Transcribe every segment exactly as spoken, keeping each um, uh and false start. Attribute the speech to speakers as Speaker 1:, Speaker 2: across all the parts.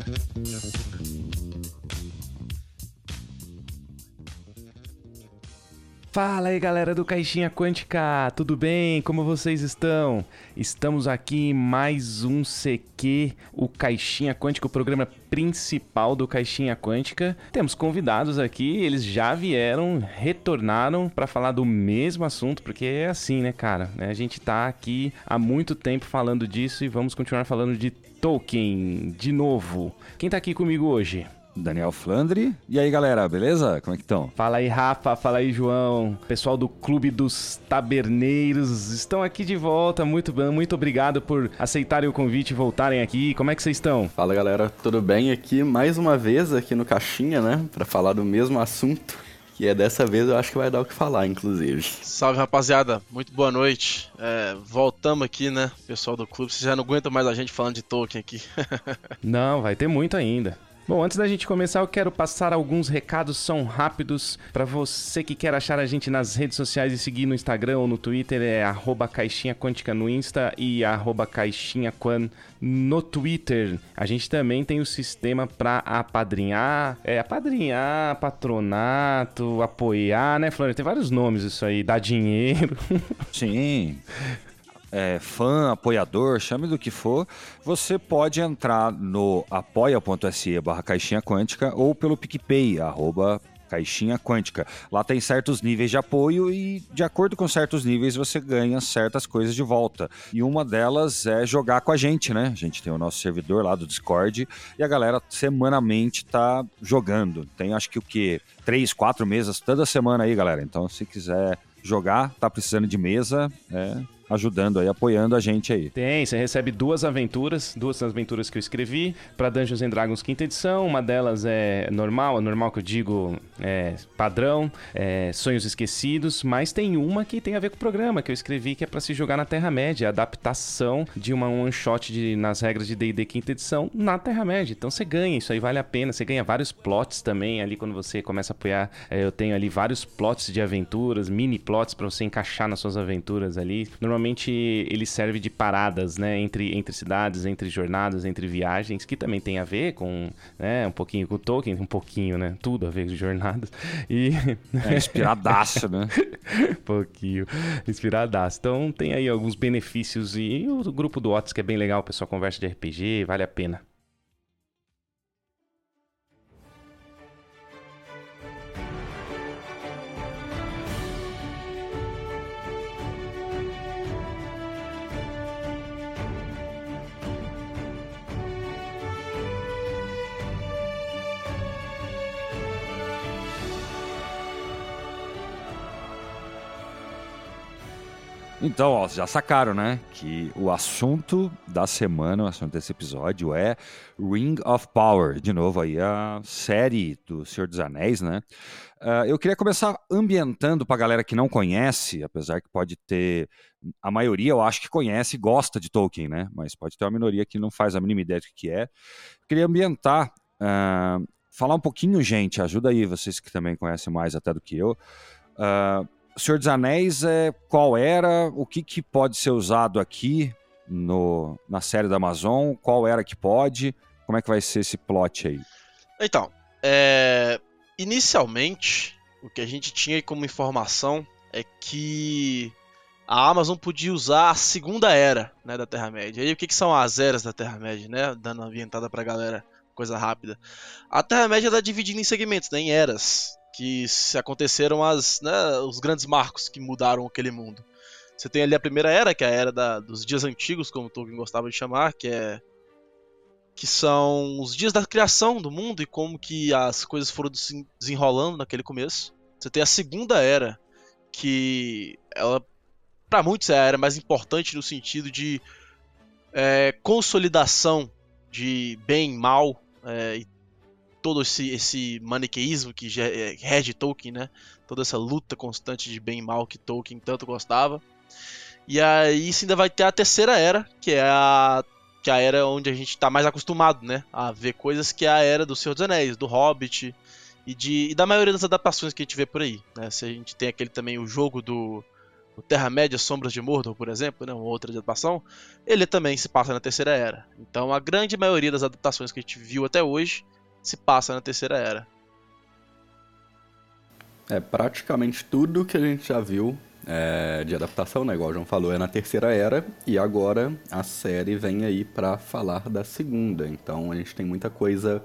Speaker 1: Fala aí galera do Caixinha Quântica, tudo bem? Como vocês estão? Estamos aqui em mais um C Q, o Caixinha Quântica, o programa principal do Caixinha Quântica. Temos convidados aqui, eles já vieram, retornaram para falar do mesmo assunto, porque é assim, né, cara? A gente tá aqui há muito tempo falando disso e vamos continuar falando de Tolkien de novo. Quem tá aqui comigo hoje?
Speaker 2: Daniel Flandre. E aí, galera, beleza? Como é que estão?
Speaker 1: Fala aí, Rafa. Fala aí, João. Pessoal do Clube dos Taberneiros estão aqui de volta. Muito bem, muito obrigado por aceitarem o convite e voltarem aqui. Como é que vocês estão?
Speaker 3: Fala, galera. Tudo bem? Aqui, mais uma vez, aqui no Caixinha, né? Pra falar do mesmo assunto. Que é dessa vez eu acho que vai dar o que falar, inclusive.
Speaker 4: Salve, rapaziada. Muito boa noite. É, voltamos aqui, né? Pessoal do clube. Vocês já não aguentam mais a gente falando de Tolkien aqui.
Speaker 1: Não, vai ter muito ainda. Bom, antes da gente começar, eu quero passar alguns recados, são rápidos. Para você que quer achar a gente nas redes sociais e seguir no Instagram ou no Twitter, é arroba Caixinha Quântica no Insta e arroba Caixinha Quan no Twitter. A gente também tem o sistema para apadrinhar, é, apadrinhar, patronato, apoiar, né, Flávio? Tem vários nomes isso aí, dar dinheiro.
Speaker 2: Sim. É, fã, apoiador, chame do que for, você pode entrar no apoia.se barra Caixinha Quântica ou pelo PicPay, arroba Caixinha Quântica. Lá tem certos níveis de apoio e, de acordo com certos níveis, você ganha certas coisas de volta. E uma delas é jogar com a gente, né? A gente tem o nosso servidor lá do Discord e a galera semanalmente tá jogando. Tem acho que o quê? Três, quatro mesas toda semana aí, galera. Então, se quiser jogar, tá precisando de mesa, é... ajudando aí, apoiando a gente aí.
Speaker 1: Tem, você recebe duas aventuras, duas aventuras que eu escrevi para Dungeons and Dragons quinta edição, uma delas é normal, a normal que eu digo é padrão, é Sonhos Esquecidos, mas tem uma que tem a ver com o programa que eu escrevi que é para se jogar na Terra-média, a adaptação de uma one-shot de, nas regras de D e D quinta edição na Terra-média, então você ganha, isso aí vale a pena, você ganha vários plots também ali quando você começa a apoiar, é, eu tenho ali vários plots de aventuras, mini plots para você encaixar nas suas aventuras ali, normalmente ele serve de paradas, né, entre, entre cidades, entre jornadas, entre viagens, que também tem a ver com, né, um pouquinho com o Tolkien, um pouquinho, né, tudo a ver com jornadas. E...
Speaker 2: é inspiradaço, né?
Speaker 1: pouquinho, inspiradaço. Então tem aí alguns benefícios e o grupo do Otis que é bem legal, o pessoal conversa de R P G, vale a pena.
Speaker 2: Então, ó, já sacaram, né? Que o assunto da semana, o assunto desse episódio é Ring of Power. De novo aí, a série do Senhor dos Anéis, né? Uh, eu queria começar ambientando pra galera que não conhece, apesar que pode ter... A maioria eu acho que conhece e gosta de Tolkien, né? Mas pode ter uma minoria que não faz a mínima ideia do que é. Eu queria ambientar, uh, falar um pouquinho, gente, ajuda aí, vocês que também conhecem mais até do que eu. Uh, Senhor dos Anéis, é, qual era, o que, que pode ser usado aqui no, na série da Amazon, qual era que pode, como é que vai ser esse plot aí?
Speaker 4: Então, é... inicialmente, o que a gente tinha aí como informação é que a Amazon podia usar a Segunda Era, né, da Terra-média. E aí, o que, que são as eras da Terra-média, né? Dando uma ambientada pra galera, coisa rápida. A Terra-média está dividida em segmentos, né, em eras, que se aconteceram as, né, os grandes marcos que mudaram aquele mundo. Você tem ali a Primeira Era, que é a Era da, dos dias antigos, como Tolkien gostava de chamar, que é que são os dias da criação do mundo e como que as coisas foram se desenrolando naquele começo. Você tem a Segunda Era, que ela, para muitos, é a era mais importante no sentido de é, consolidação de bem e mal, é, e todo esse, esse maniqueísmo que rege Tolkien, né? Toda essa luta constante de bem e mal que Tolkien tanto gostava. E aí isso ainda vai ter a Terceira Era, que é a, que é a era onde a gente está mais acostumado, né? A ver coisas, que é a era do Senhor dos Anéis, do Hobbit e, de, e da maioria das adaptações que a gente vê por aí, né? Se a gente tem aquele também, o jogo do, o Terra-média Sombras de Mordor, por exemplo, né, uma outra adaptação, ele também se passa na Terceira Era. Então a grande maioria das adaptações que a gente viu até hoje se passa na Terceira Era.
Speaker 3: É, praticamente tudo que a gente já viu é, de adaptação, né, igual o João falou, é na Terceira Era, e agora a série vem aí pra falar da Segunda. Então a gente tem muita coisa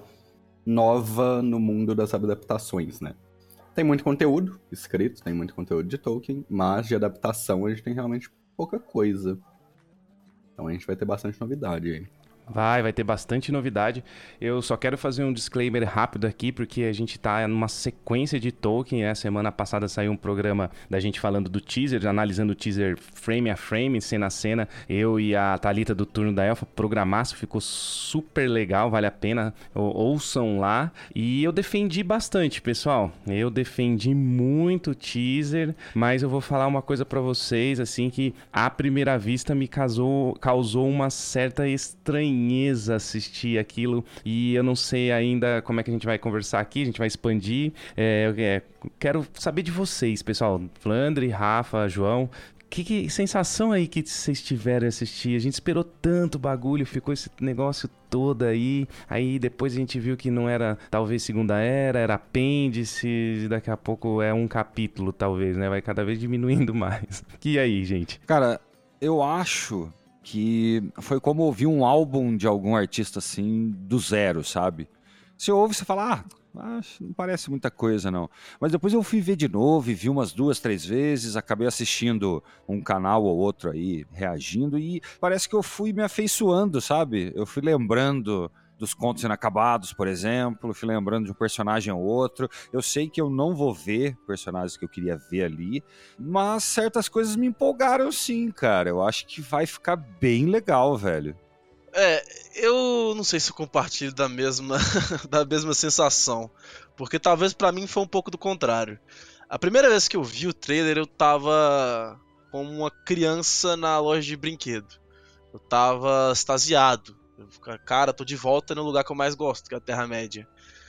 Speaker 3: nova no mundo das adaptações, né? Tem muito conteúdo escrito, tem muito conteúdo de Tolkien, mas de adaptação a gente tem realmente pouca coisa. Então a gente vai ter bastante novidade aí.
Speaker 1: Vai, vai ter bastante novidade. Eu só quero fazer um disclaimer rápido aqui, porque a gente tá numa sequência de Tolkien, né? Semana passada saiu um programa da gente falando do teaser, analisando o teaser frame a frame, cena a cena. Eu e a Thalita do Turno da Elfa, programaço, ficou super legal, vale a pena. Ou, ouçam lá. E eu defendi bastante, pessoal. Eu defendi muito o teaser, mas eu vou falar uma coisa pra vocês, assim, que à primeira vista me causou, causou uma certa estranheza assistir aquilo, e eu não sei ainda como é que a gente vai conversar aqui, a gente vai expandir. É, é, quero saber de vocês, pessoal, Flandre, Rafa, João, que, que sensação aí que vocês tiveram assistir? A gente esperou tanto bagulho, ficou esse negócio todo aí, aí depois a gente viu que não era talvez Segunda Era, era apêndice, daqui a pouco é um capítulo talvez, né, vai cada vez diminuindo mais. E aí, gente?
Speaker 2: Cara, eu acho que foi como ouvir um álbum de algum artista, assim, do zero, sabe? Você ouve e você fala, ah, não parece muita coisa, não. Mas depois eu fui ver de novo e vi umas duas, três vezes, acabei assistindo um canal ou outro aí, reagindo, e parece que eu fui me afeiçoando, sabe? Eu fui lembrando dos contos inacabados, por exemplo, fui lembrando de um personagem ou outro. Eu sei que eu não vou ver personagens que eu queria ver ali, mas certas coisas me empolgaram sim, cara. Eu acho que vai ficar bem legal, velho.
Speaker 4: É, eu não sei se eu compartilho da mesma, da mesma sensação, porque talvez pra mim foi um pouco do contrário. A primeira vez que eu vi o trailer, eu tava como uma criança na loja de brinquedo. Eu tava extasiado. Cara, tô de volta no lugar que eu mais gosto, que é a Terra-média.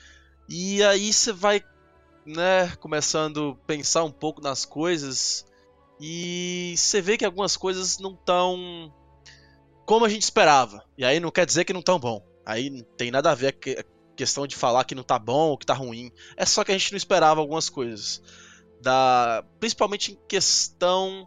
Speaker 4: E aí você vai, né, começando a pensar um pouco nas coisas, e você vê que algumas coisas não tão como a gente esperava. E aí não quer dizer que não tão bom. Aí não tem nada a ver a questão de falar que não tá bom ou que tá ruim. É só que a gente não esperava algumas coisas. Da... Principalmente em questão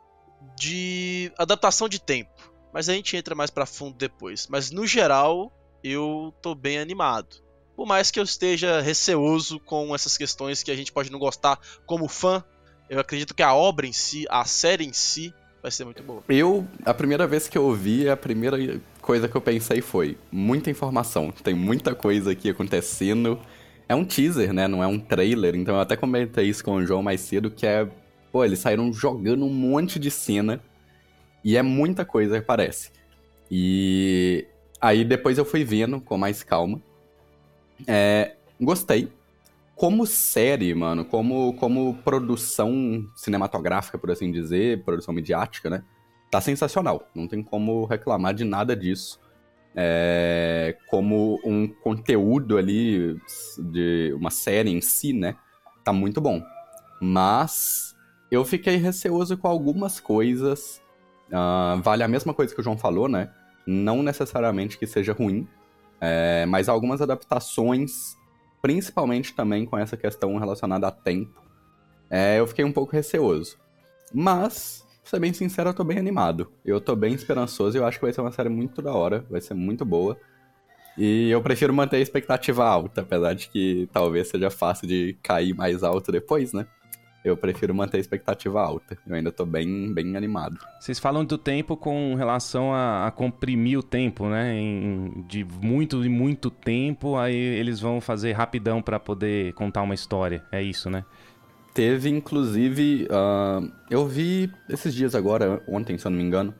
Speaker 4: de adaptação de tempo. Mas a gente entra mais pra fundo depois. Mas no geral, eu tô bem animado. Por mais que eu esteja receoso com essas questões que a gente pode não gostar como fã, eu acredito que a obra em si, a série em si, vai ser muito boa.
Speaker 3: Eu, a primeira vez que eu ouvi, a primeira coisa que eu pensei foi, muita informação, tem muita coisa aqui acontecendo. É um teaser, né? Não é um trailer, então eu até comentei isso com o João mais cedo, que é... Pô, eles saíram jogando um monte de cena, e é muita coisa que aparece. E aí depois eu fui vendo com mais calma. É, gostei. Como série, mano, como, como produção cinematográfica, por assim dizer, produção midiática, né? Tá sensacional. Não tem como reclamar de nada disso. É, como um conteúdo ali, de uma série em si, né? Tá muito bom. Mas eu fiquei receoso com algumas coisas. Uh, vale a mesma coisa que o João falou, né? Não necessariamente que seja ruim, é, mas algumas adaptações, principalmente também com essa questão relacionada a tempo, é, eu fiquei um pouco receoso. Mas, pra ser bem sincero, eu tô bem animado. Eu tô bem esperançoso e eu acho que vai ser uma série muito da hora, vai ser muito boa. E eu prefiro manter a expectativa alta, apesar de que talvez seja fácil de cair mais alto depois, né? Eu prefiro manter a expectativa alta. Eu ainda tô bem, bem animado.
Speaker 1: Vocês falam do tempo com relação a, a comprimir o tempo, né? Em, de muito e muito tempo, aí eles vão fazer rapidão pra poder contar uma história. É isso, né?
Speaker 3: Teve, inclusive... Uh, eu vi esses dias agora, ontem, se eu não me engano.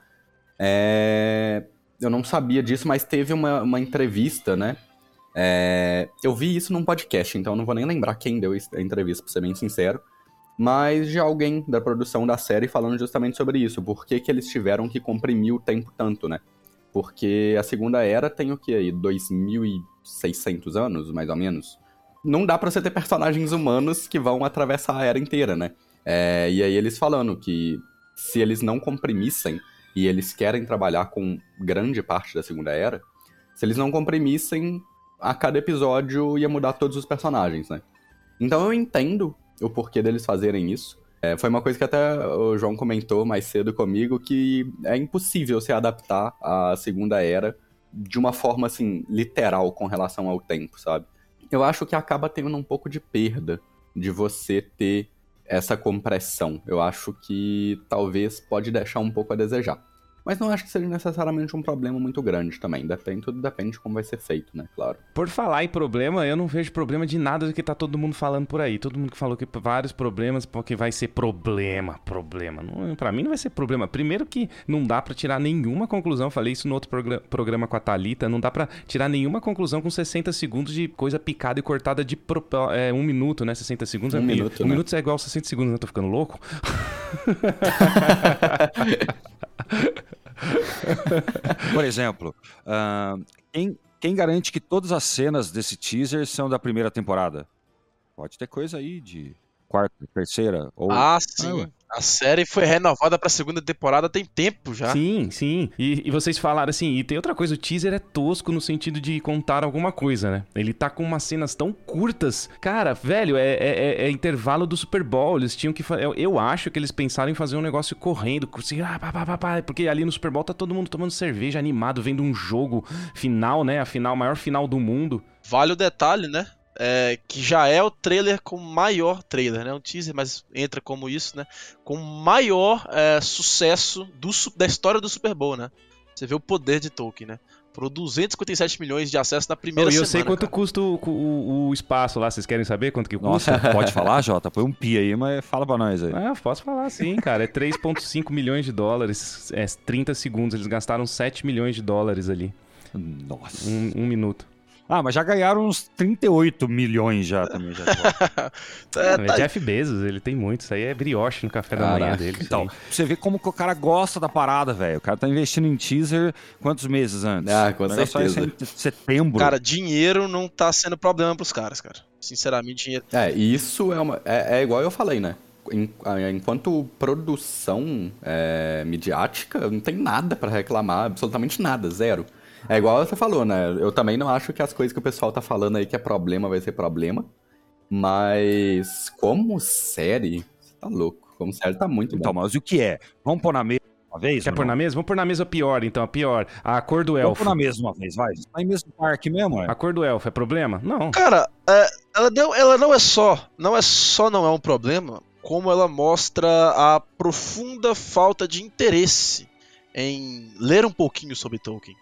Speaker 3: É, eu não sabia disso, mas teve uma, uma entrevista, né? É, eu vi isso num podcast, então eu não vou nem lembrar quem deu a entrevista, pra ser bem sincero. Mas de alguém da produção da série falando justamente sobre isso. Por que que eles tiveram que comprimir o tempo tanto, né? Porque a Segunda Era tem o que aí? dois mil e seiscentos anos, mais ou menos? Não dá pra você ter personagens humanos que vão atravessar a Era inteira, né? É, e aí eles falando que se eles não comprimissem, e eles querem trabalhar com grande parte da Segunda Era, se eles não comprimissem, a cada episódio ia mudar todos os personagens, né? Então eu entendo o porquê deles fazerem isso. É, foi uma coisa que até o João comentou mais cedo comigo, que é impossível se adaptar à Segunda Era de uma forma, assim, literal com relação ao tempo, sabe? Eu acho que acaba tendo um pouco de perda de você ter essa compressão. Eu acho que talvez pode deixar um pouco a desejar. Mas não acho que seja necessariamente um problema muito grande também. Depende, tudo depende de como vai ser feito, né? Claro.
Speaker 1: Por falar em problema, eu não vejo problema de nada do que tá todo mundo falando por aí. Todo mundo que falou que vários problemas, porque vai ser problema, problema. Não, pra mim não vai ser problema. Primeiro que não dá pra tirar nenhuma conclusão. Eu falei isso no outro programa, programa com a Thalita. Não dá pra tirar nenhuma conclusão com sessenta segundos de coisa picada e cortada de pro, é, um minuto, né? sessenta segundos
Speaker 3: um
Speaker 1: é
Speaker 3: minuto,
Speaker 1: Um
Speaker 3: né?
Speaker 1: minuto é igual a sessenta segundos, né? Tô ficando louco?
Speaker 2: Por exemplo, uh, quem, quem garante que todas as cenas desse teaser são da primeira temporada? Pode ter coisa aí de quarta, terceira ou...
Speaker 4: Ah, sim. A série foi renovada pra segunda temporada tem tempo já.
Speaker 1: Sim, sim. E, e vocês falaram assim, e tem outra coisa, o teaser é tosco no sentido de contar alguma coisa, né? Ele tá com umas cenas tão curtas. Cara, velho, é, é, é intervalo do Super Bowl. Eles tinham que fazer. Eu, eu acho que eles pensaram em fazer um negócio correndo, assim, ah, pá, pá, pá, pá, porque ali no Super Bowl tá todo mundo tomando cerveja, animado, vendo um jogo final, né? A final, a maior final do mundo.
Speaker 4: Vale o detalhe, né? É, que já é o trailer com maior trailer, né? Um teaser, mas entra como isso, né? Com maior é, sucesso do, da história do Super Bowl, né? Você vê o poder de Tolkien, né? Por duzentos e cinquenta e sete milhões de acessos na primeira
Speaker 1: oh,
Speaker 4: semana.
Speaker 1: Eu sei quanto
Speaker 4: cara.
Speaker 1: custa o, o, o espaço lá, vocês querem saber quanto que custa?
Speaker 2: Nossa, pode falar, Jota? Põe um pi aí, mas fala pra nós aí.
Speaker 1: Ah, posso falar sim, cara. É três vírgula cinco milhões de dólares, é trinta segundos. Eles gastaram sete milhões de dólares ali.
Speaker 2: Nossa.
Speaker 1: Um, um minuto.
Speaker 2: Ah, mas já ganharam uns trinta e oito milhões já também. Já
Speaker 1: é, tá... Jeff Bezos, ele tem muito. Isso aí é brioche no café Caraca. da manhã dele.
Speaker 2: Então, você vê como que o cara gosta da parada, velho. O cara tá investindo em teaser quantos meses antes?
Speaker 3: Ah, com certeza.
Speaker 2: Em setembro.
Speaker 4: Cara, dinheiro não tá sendo problema pros caras, cara. Sinceramente, dinheiro...
Speaker 3: É, isso é, uma, é, é igual eu falei, né? Enquanto produção é, midiática, não tem nada pra reclamar, absolutamente nada, zero. É igual você falou, né? Eu também não acho que as coisas que o pessoal tá falando aí que é problema vai ser problema. Mas como série, você tá louco. Como série tá muito
Speaker 2: então,
Speaker 3: bom.
Speaker 2: Mas o que é? Vamos pôr na mesa uma vez?
Speaker 1: Quer pôr na mesa? Vamos pôr na mesa pior, então, a pior. A cor do elfo.
Speaker 2: Vamos pôr na mesa uma vez, vai. Tá em mesmo parque mesmo, é?
Speaker 1: A cor do elfo é problema? Não.
Speaker 4: Cara, é, ela, não, ela não é só, não é só não é um problema, como ela mostra a profunda falta de interesse em ler um pouquinho sobre Tolkien.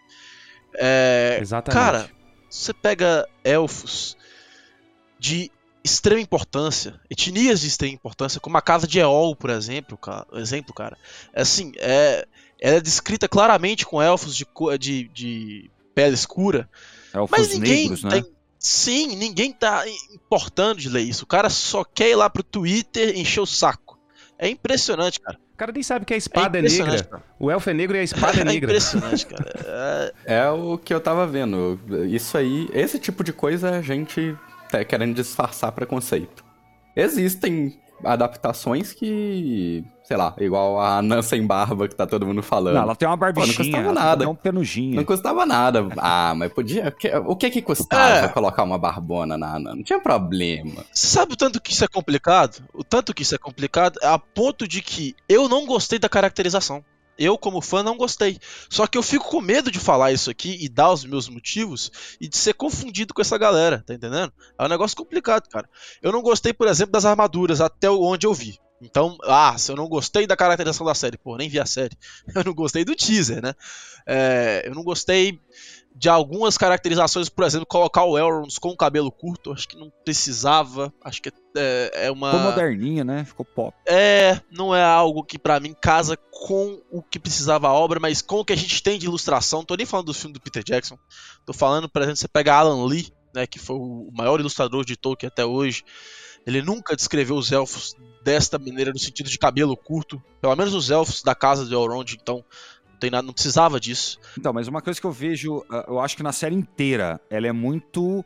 Speaker 4: É,
Speaker 1: Exatamente.
Speaker 4: Cara, você pega elfos de extrema importância, etnias de extrema importância, como a casa de Eol, por exemplo, cara, exemplo, cara. Assim, é, ela é descrita claramente com elfos de, de, de pele escura.
Speaker 2: Elfos
Speaker 4: mas ninguém
Speaker 2: negros, né?
Speaker 4: Tem, sim, ninguém tá importando de ler isso. O cara só quer ir lá pro Twitter e encher o saco. É impressionante, cara.
Speaker 1: O cara nem sabe que a espada é,
Speaker 4: é
Speaker 1: negra.
Speaker 4: Cara.
Speaker 1: O elfo é negro e a espada é negra.
Speaker 4: É impressionante, cara.
Speaker 3: É... é o que eu tava vendo. Isso aí, esse tipo de coisa a gente tá querendo disfarçar preconceito. Existem adaptações que, sei lá, igual a Anã sem barba que tá todo mundo falando.
Speaker 2: Não, ela tem uma barbichinha.
Speaker 3: Pô, não custava nada.
Speaker 2: Tem um penuginho.
Speaker 3: Não custava nada. Ah, mas podia... O que que custava é. colocar uma barbona na Anã? Não tinha problema.
Speaker 4: Você sabe o tanto que isso é complicado? O tanto que isso é complicado a ponto de que eu não gostei da caracterização. Eu, como fã, não gostei. Só que eu fico com medo de falar isso aqui e dar os meus motivos e de ser confundido com essa galera, tá entendendo? É um negócio complicado, cara. Eu não gostei, por exemplo, das armaduras, até onde eu vi. Então, ah, se eu não gostei da caracterização da série, pô, nem vi a série. Eu não gostei do teaser, né? É, eu não gostei de algumas caracterizações, por exemplo, colocar o Elrond com o cabelo curto, acho que não precisava, acho que é, é uma...
Speaker 2: Ficou moderninha, né? Ficou pop.
Speaker 4: É, não é algo que pra mim casa com o que precisava a obra, mas com o que a gente tem de ilustração. Não tô nem falando do filme do Peter Jackson, tô falando, por exemplo, você pega Alan Lee, né, que foi o maior ilustrador de Tolkien até hoje. Ele nunca descreveu os elfos desta maneira, no sentido de cabelo curto, pelo menos os elfos da casa de Elrond, então... Não, tem nada, não precisava disso.
Speaker 2: Então, mas uma coisa que eu vejo, eu acho que na série inteira, ela é muito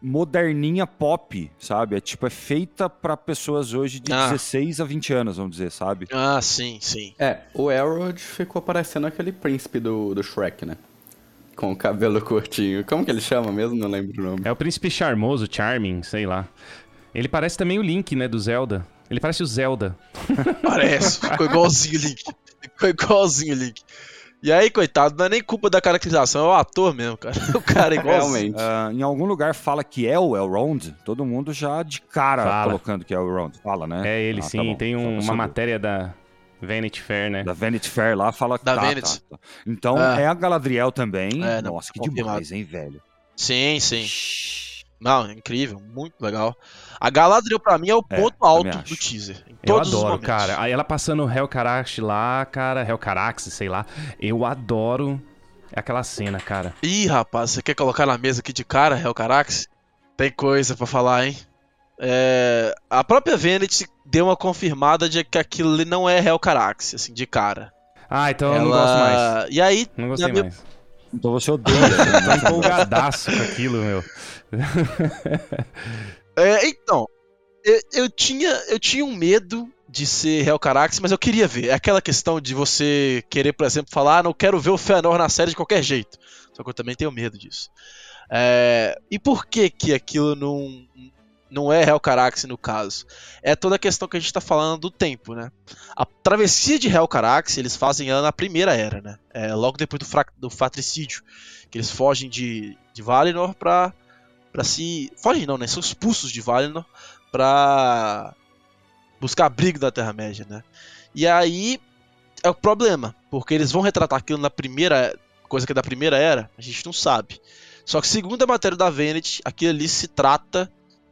Speaker 2: moderninha pop, sabe? É tipo, é feita pra pessoas hoje de
Speaker 4: Ah.
Speaker 2: dezesseis a vinte anos, vamos dizer, sabe?
Speaker 4: Ah, sim, sim.
Speaker 3: É, o Elrond ficou parecendo aquele príncipe do, do Shrek, né? Com o cabelo curtinho. Como que ele chama mesmo? Não lembro o nome.
Speaker 1: É o príncipe charmoso, Charming, sei lá. Ele parece também o Link, né, do Zelda. Ele parece o Zelda.
Speaker 4: Parece, ficou igualzinho o Link. Ficou igualzinho o Link. E aí, coitado, não é nem culpa da caracterização, é o ator mesmo, cara. O cara é igualzinho.
Speaker 3: Realmente.
Speaker 2: Ah, em algum lugar fala que é o Elrond, todo mundo já de cara
Speaker 1: Fala.
Speaker 2: colocando que é o Elrond. Fala, né?
Speaker 1: É ele,
Speaker 2: Ah, tá
Speaker 1: sim.
Speaker 2: bom,
Speaker 1: Tem
Speaker 2: só
Speaker 1: um-
Speaker 2: pra
Speaker 1: uma
Speaker 2: saber.
Speaker 1: matéria da Vanity Fair, né?
Speaker 2: Da Vanity Fair lá fala que
Speaker 4: Da
Speaker 2: tá,
Speaker 4: Vanity.
Speaker 2: tá, tá. Então
Speaker 4: Ah.
Speaker 2: é a Galadriel também.
Speaker 4: É, não,
Speaker 2: Nossa, que
Speaker 4: confirmado.
Speaker 2: demais, hein, velho?
Speaker 4: Sim, sim. Não, é incrível, muito legal. A Galadriel, pra mim, é o
Speaker 2: É,
Speaker 4: ponto
Speaker 2: também
Speaker 4: alto
Speaker 2: acho.
Speaker 4: do teaser. Em
Speaker 1: Eu
Speaker 4: todos os
Speaker 1: adoro,
Speaker 4: momentos.
Speaker 1: cara. Aí ela passando o Helcarax lá, cara. Helcarax, sei lá. Eu adoro aquela cena, cara.
Speaker 4: Ih, rapaz, você quer colocar na mesa aqui de cara, Helcarax? Tem coisa pra falar, hein? É, a própria Vanity deu uma confirmada de que aquilo ali não é Helcarax, assim, de cara.
Speaker 1: Ah, então eu
Speaker 4: Ela...
Speaker 1: não gosto mais.
Speaker 4: E aí,
Speaker 1: Não gostei
Speaker 4: na minha-
Speaker 1: mais.
Speaker 2: Então você odeia.
Speaker 1: Tô empolgadaço com aquilo, meu.
Speaker 4: É, então, eu, eu tinha, eu tinha um medo de ser Helcarax, mas eu queria ver. É aquela questão de você querer, por exemplo, falar, ah, não quero ver o Fëanor na série de qualquer jeito. Só que eu também tenho medo disso. É, e por que que aquilo não, não é Helcarax no caso? É toda a questão que a gente tá falando do tempo, né? A travessia de Helcarax, eles fazem ela na primeira era, né? É, logo depois do, fra- do fratricídio, que eles fogem de, de Valinor pra, pra se... Fogem não, né? São expulsos de Valinor pra buscar abrigo da Terra-média, né? E aí é o problema, porque eles vão retratar aquilo na primeira... Coisa que é da primeira era, a gente não sabe. Só que segundo a matéria da Vanity, aquilo ali se trata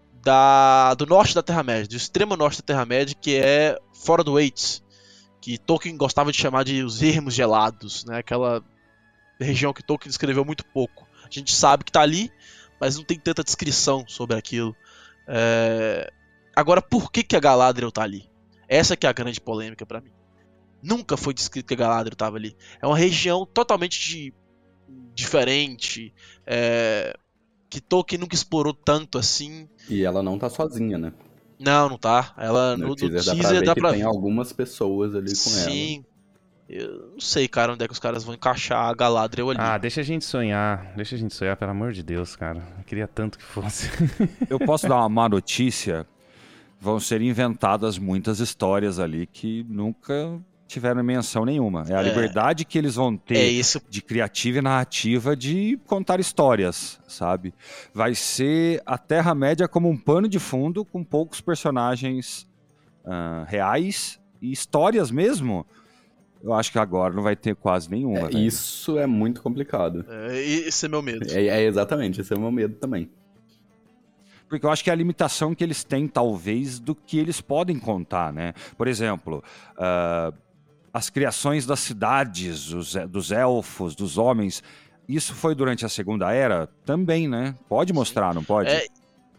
Speaker 4: da, do norte da Terra-média, do extremo norte da Terra-média, que é fora do Waits, que Tolkien gostava de chamar de os ermos gelados, né? Aquela região que Tolkien descreveu muito pouco. A gente sabe que tá ali, mas não tem tanta descrição sobre aquilo. É... Agora, por que, que a Galadriel tá ali? Essa que é a grande polêmica pra mim. Nunca foi descrito que a Galadriel tava ali. É uma região totalmente de... diferente, é... que Tolkien nunca explorou tanto assim.
Speaker 3: E ela não tá sozinha, né?
Speaker 4: Não, não tá. Ela
Speaker 3: No,
Speaker 4: no, no
Speaker 3: teaser, dá pra
Speaker 4: teaser
Speaker 3: ver
Speaker 4: dá
Speaker 3: que
Speaker 4: pra
Speaker 3: tem
Speaker 4: ver.
Speaker 3: algumas pessoas ali com
Speaker 4: Sim. Eu não sei, cara, onde é que os caras vão encaixar a Galadriel ali.
Speaker 1: Ah, deixa a gente sonhar. Deixa a gente sonhar, pelo amor de Deus, cara. Eu queria tanto que fosse.
Speaker 2: Eu posso dar uma má notícia? Vão ser inventadas muitas histórias ali que nunca tiveram menção nenhuma. É a
Speaker 4: É.
Speaker 2: liberdade que eles vão ter
Speaker 4: É isso.
Speaker 2: de criativa e narrativa de contar histórias, sabe? Vai ser a Terra-média como um pano de fundo com poucos personagens ah, reais e histórias mesmo. Eu acho que agora não vai ter quase nenhuma.
Speaker 3: ela. É,
Speaker 2: velho.
Speaker 3: isso é muito complicado.
Speaker 4: É, esse é meu medo.
Speaker 3: É, é exatamente, esse é o meu medo também.
Speaker 2: Porque eu acho que é a limitação que eles têm, talvez, do que eles podem contar, né? Por exemplo, ah, as criações das cidades, os- dos elfos, dos homens, isso foi durante a Segunda Era também, né? Pode mostrar, não pode?
Speaker 4: É,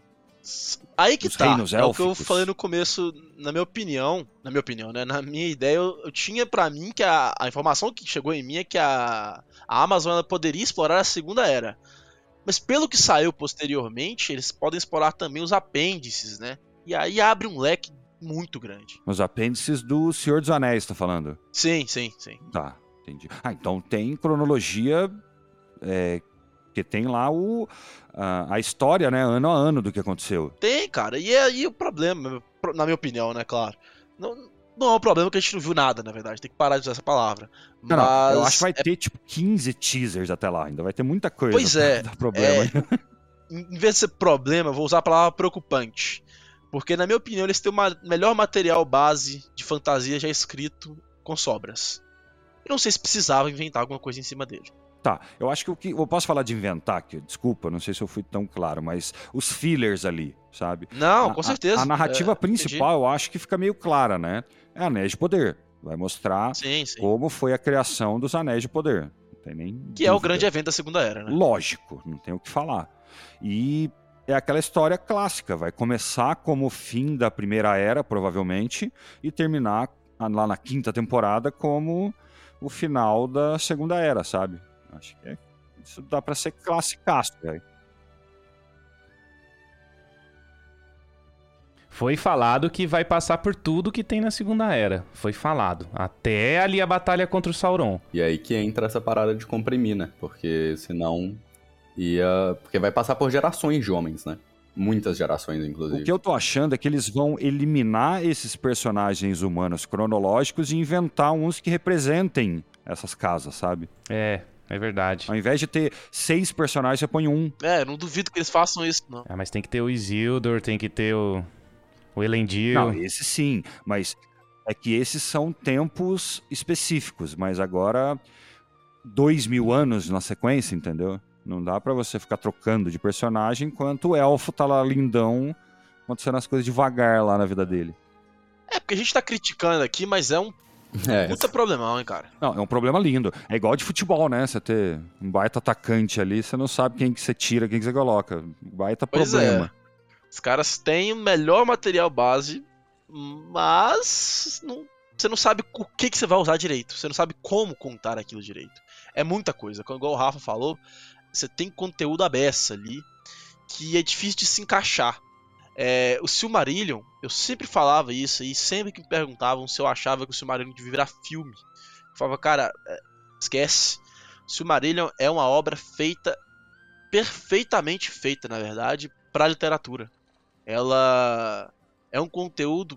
Speaker 4: s- aí que
Speaker 2: Os
Speaker 4: tá.
Speaker 2: reinos
Speaker 4: É o que eu
Speaker 2: élficos.
Speaker 4: falei no começo, na minha opinião, na minha opinião, né? Na minha ideia, eu, eu tinha pra mim que a, a informação que chegou em mim é que a, a Amazon ela poderia explorar a Segunda Era. Mas pelo que saiu posteriormente, eles podem explorar também os apêndices, né? E aí abre um leque muito grande.
Speaker 2: Os apêndices do Senhor dos Anéis, tá falando?
Speaker 4: Sim, sim, sim.
Speaker 2: Tá, entendi. Ah, então tem cronologia, é, que tem lá o, a, a história, né, ano a ano do que aconteceu.
Speaker 4: Tem, cara. E é aí o problema, na minha opinião, né, claro. Não, não é um problema que a gente não viu nada, na verdade. Tem que parar de usar essa palavra.
Speaker 2: Não,
Speaker 4: Mas
Speaker 2: não, eu acho que vai
Speaker 4: é-
Speaker 2: ter, tipo, quinze teasers até lá, ainda vai ter muita coisa.
Speaker 4: Pois é,
Speaker 2: pra dar problema.
Speaker 4: em em vez de ser problema, eu vou usar a palavra preocupante. Porque, na minha opinião, eles têm o ma- melhor material base de fantasia já escrito com sobras. Eu não sei se precisava inventar alguma coisa em cima dele.
Speaker 2: Tá, eu acho que o que. Eu posso falar de inventar aqui, desculpa, não sei se eu fui tão claro, mas os fillers ali, sabe?
Speaker 4: Não,
Speaker 2: A-
Speaker 4: com
Speaker 2: a-
Speaker 4: certeza.
Speaker 2: A, narrativa
Speaker 4: É,
Speaker 2: principal, eu acho que fica meio clara, né? É Anéis de Poder. Vai mostrar
Speaker 4: entendi. Sim, sim.
Speaker 2: como foi a criação dos Anéis de Poder. Não tem nem.
Speaker 4: Que é o
Speaker 2: dúvida.
Speaker 4: grande evento da Segunda Era, né?
Speaker 2: Lógico, não tem o que falar. E é aquela história clássica, vai começar como o fim da Primeira Era, provavelmente, e terminar lá na quinta temporada como o final da Segunda Era, sabe? Acho que é, isso dá pra ser classicaço, velho.
Speaker 1: Foi falado que vai passar por tudo que tem na Segunda Era. Foi falado. Até ali a batalha contra o Sauron.
Speaker 3: E aí que entra essa parada de comprimir, né? Porque senão ia... Porque vai passar por gerações de homens, né? Muitas gerações, inclusive.
Speaker 2: O que eu tô achando é que eles vão eliminar esses personagens humanos cronológicos e inventar uns que representem essas casas, sabe?
Speaker 1: É, é verdade.
Speaker 2: Ao invés de ter seis personagens, você põe um.
Speaker 4: É, não duvido que eles façam isso, não.
Speaker 1: Ah, mas tem que ter o Isildur, tem que ter o, o Elendil.
Speaker 2: Não, esse sim, mas é que esses são tempos específicos, mas agora dois mil anos na sequência, entendeu? Não dá pra você ficar trocando de personagem enquanto o elfo tá lá lindão, acontecendo as coisas devagar lá na vida dele.
Speaker 4: É, porque a gente tá criticando aqui, mas é um
Speaker 3: É,
Speaker 4: puta problemão, hein, cara.
Speaker 2: Não, é um problema lindo. É igual de futebol, né? Você ter um baita atacante ali, você não sabe quem que você tira, quem que você coloca. Baita
Speaker 4: Pois
Speaker 2: problema.
Speaker 4: é. Os caras têm o melhor material base, mas não, você não sabe o que, que você vai usar direito. Você não sabe como contar aquilo direito. É muita coisa. Igual o Rafa falou, você tem conteúdo à beça ali que é difícil de se encaixar. É, o Silmarillion, eu sempre falava isso e sempre que me perguntavam se eu achava que o Silmarillion devia virar filme, eu falava, cara, é, esquece. O Silmarillion é uma obra feita, perfeitamente feita, na verdade, para literatura. Ela é um conteúdo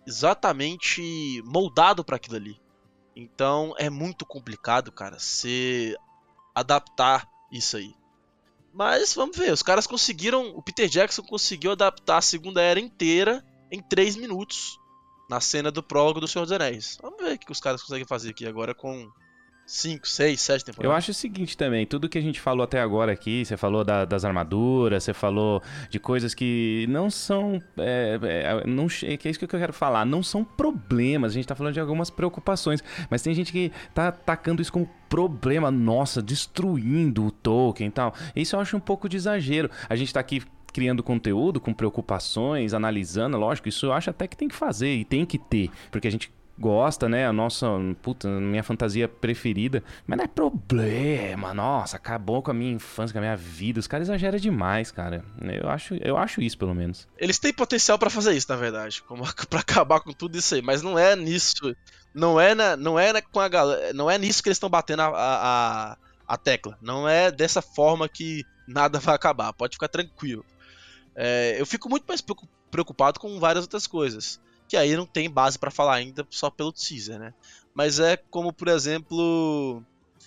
Speaker 4: exatamente moldado para aquilo ali. Então é muito complicado, cara, se adaptar isso aí. Mas vamos ver, os caras conseguiram, o Peter Jackson conseguiu adaptar a Segunda Era inteira em três minutos na cena do prólogo do Senhor dos Anéis. Vamos ver o que os caras conseguem fazer aqui agora com cinco, seis, sete temporadas.
Speaker 1: Eu acho o seguinte também, tudo que a gente falou até agora aqui, você falou da, das armaduras, você falou de coisas que não são, é, é, não, é, que é isso que eu quero falar, não são problemas, a gente tá falando de algumas preocupações, mas tem gente que tá tacando isso como problema, nossa, destruindo o Tolkien e tal. Isso eu acho um pouco de exagero. A gente tá aqui criando conteúdo com preocupações, analisando, lógico, isso eu acho até que tem que fazer e tem que ter, porque a gente gosta, né? A nossa, puta, minha fantasia preferida. Mas não é problema, nossa, acabou com a minha infância, com a minha vida. Os caras exageram demais, cara. Eu acho, eu acho isso, pelo menos.
Speaker 4: Eles têm potencial pra fazer isso, na verdade, como para acabar com tudo isso aí, mas não é nisso, não é na, não é na, com a galera, não é nisso que eles estão batendo a, a, a tecla. Não é dessa forma que nada vai acabar. Pode ficar tranquilo. É, eu fico muito mais preocupado com várias outras coisas, que aí não tem base pra falar ainda só pelo teaser, né? Mas é como, por exemplo,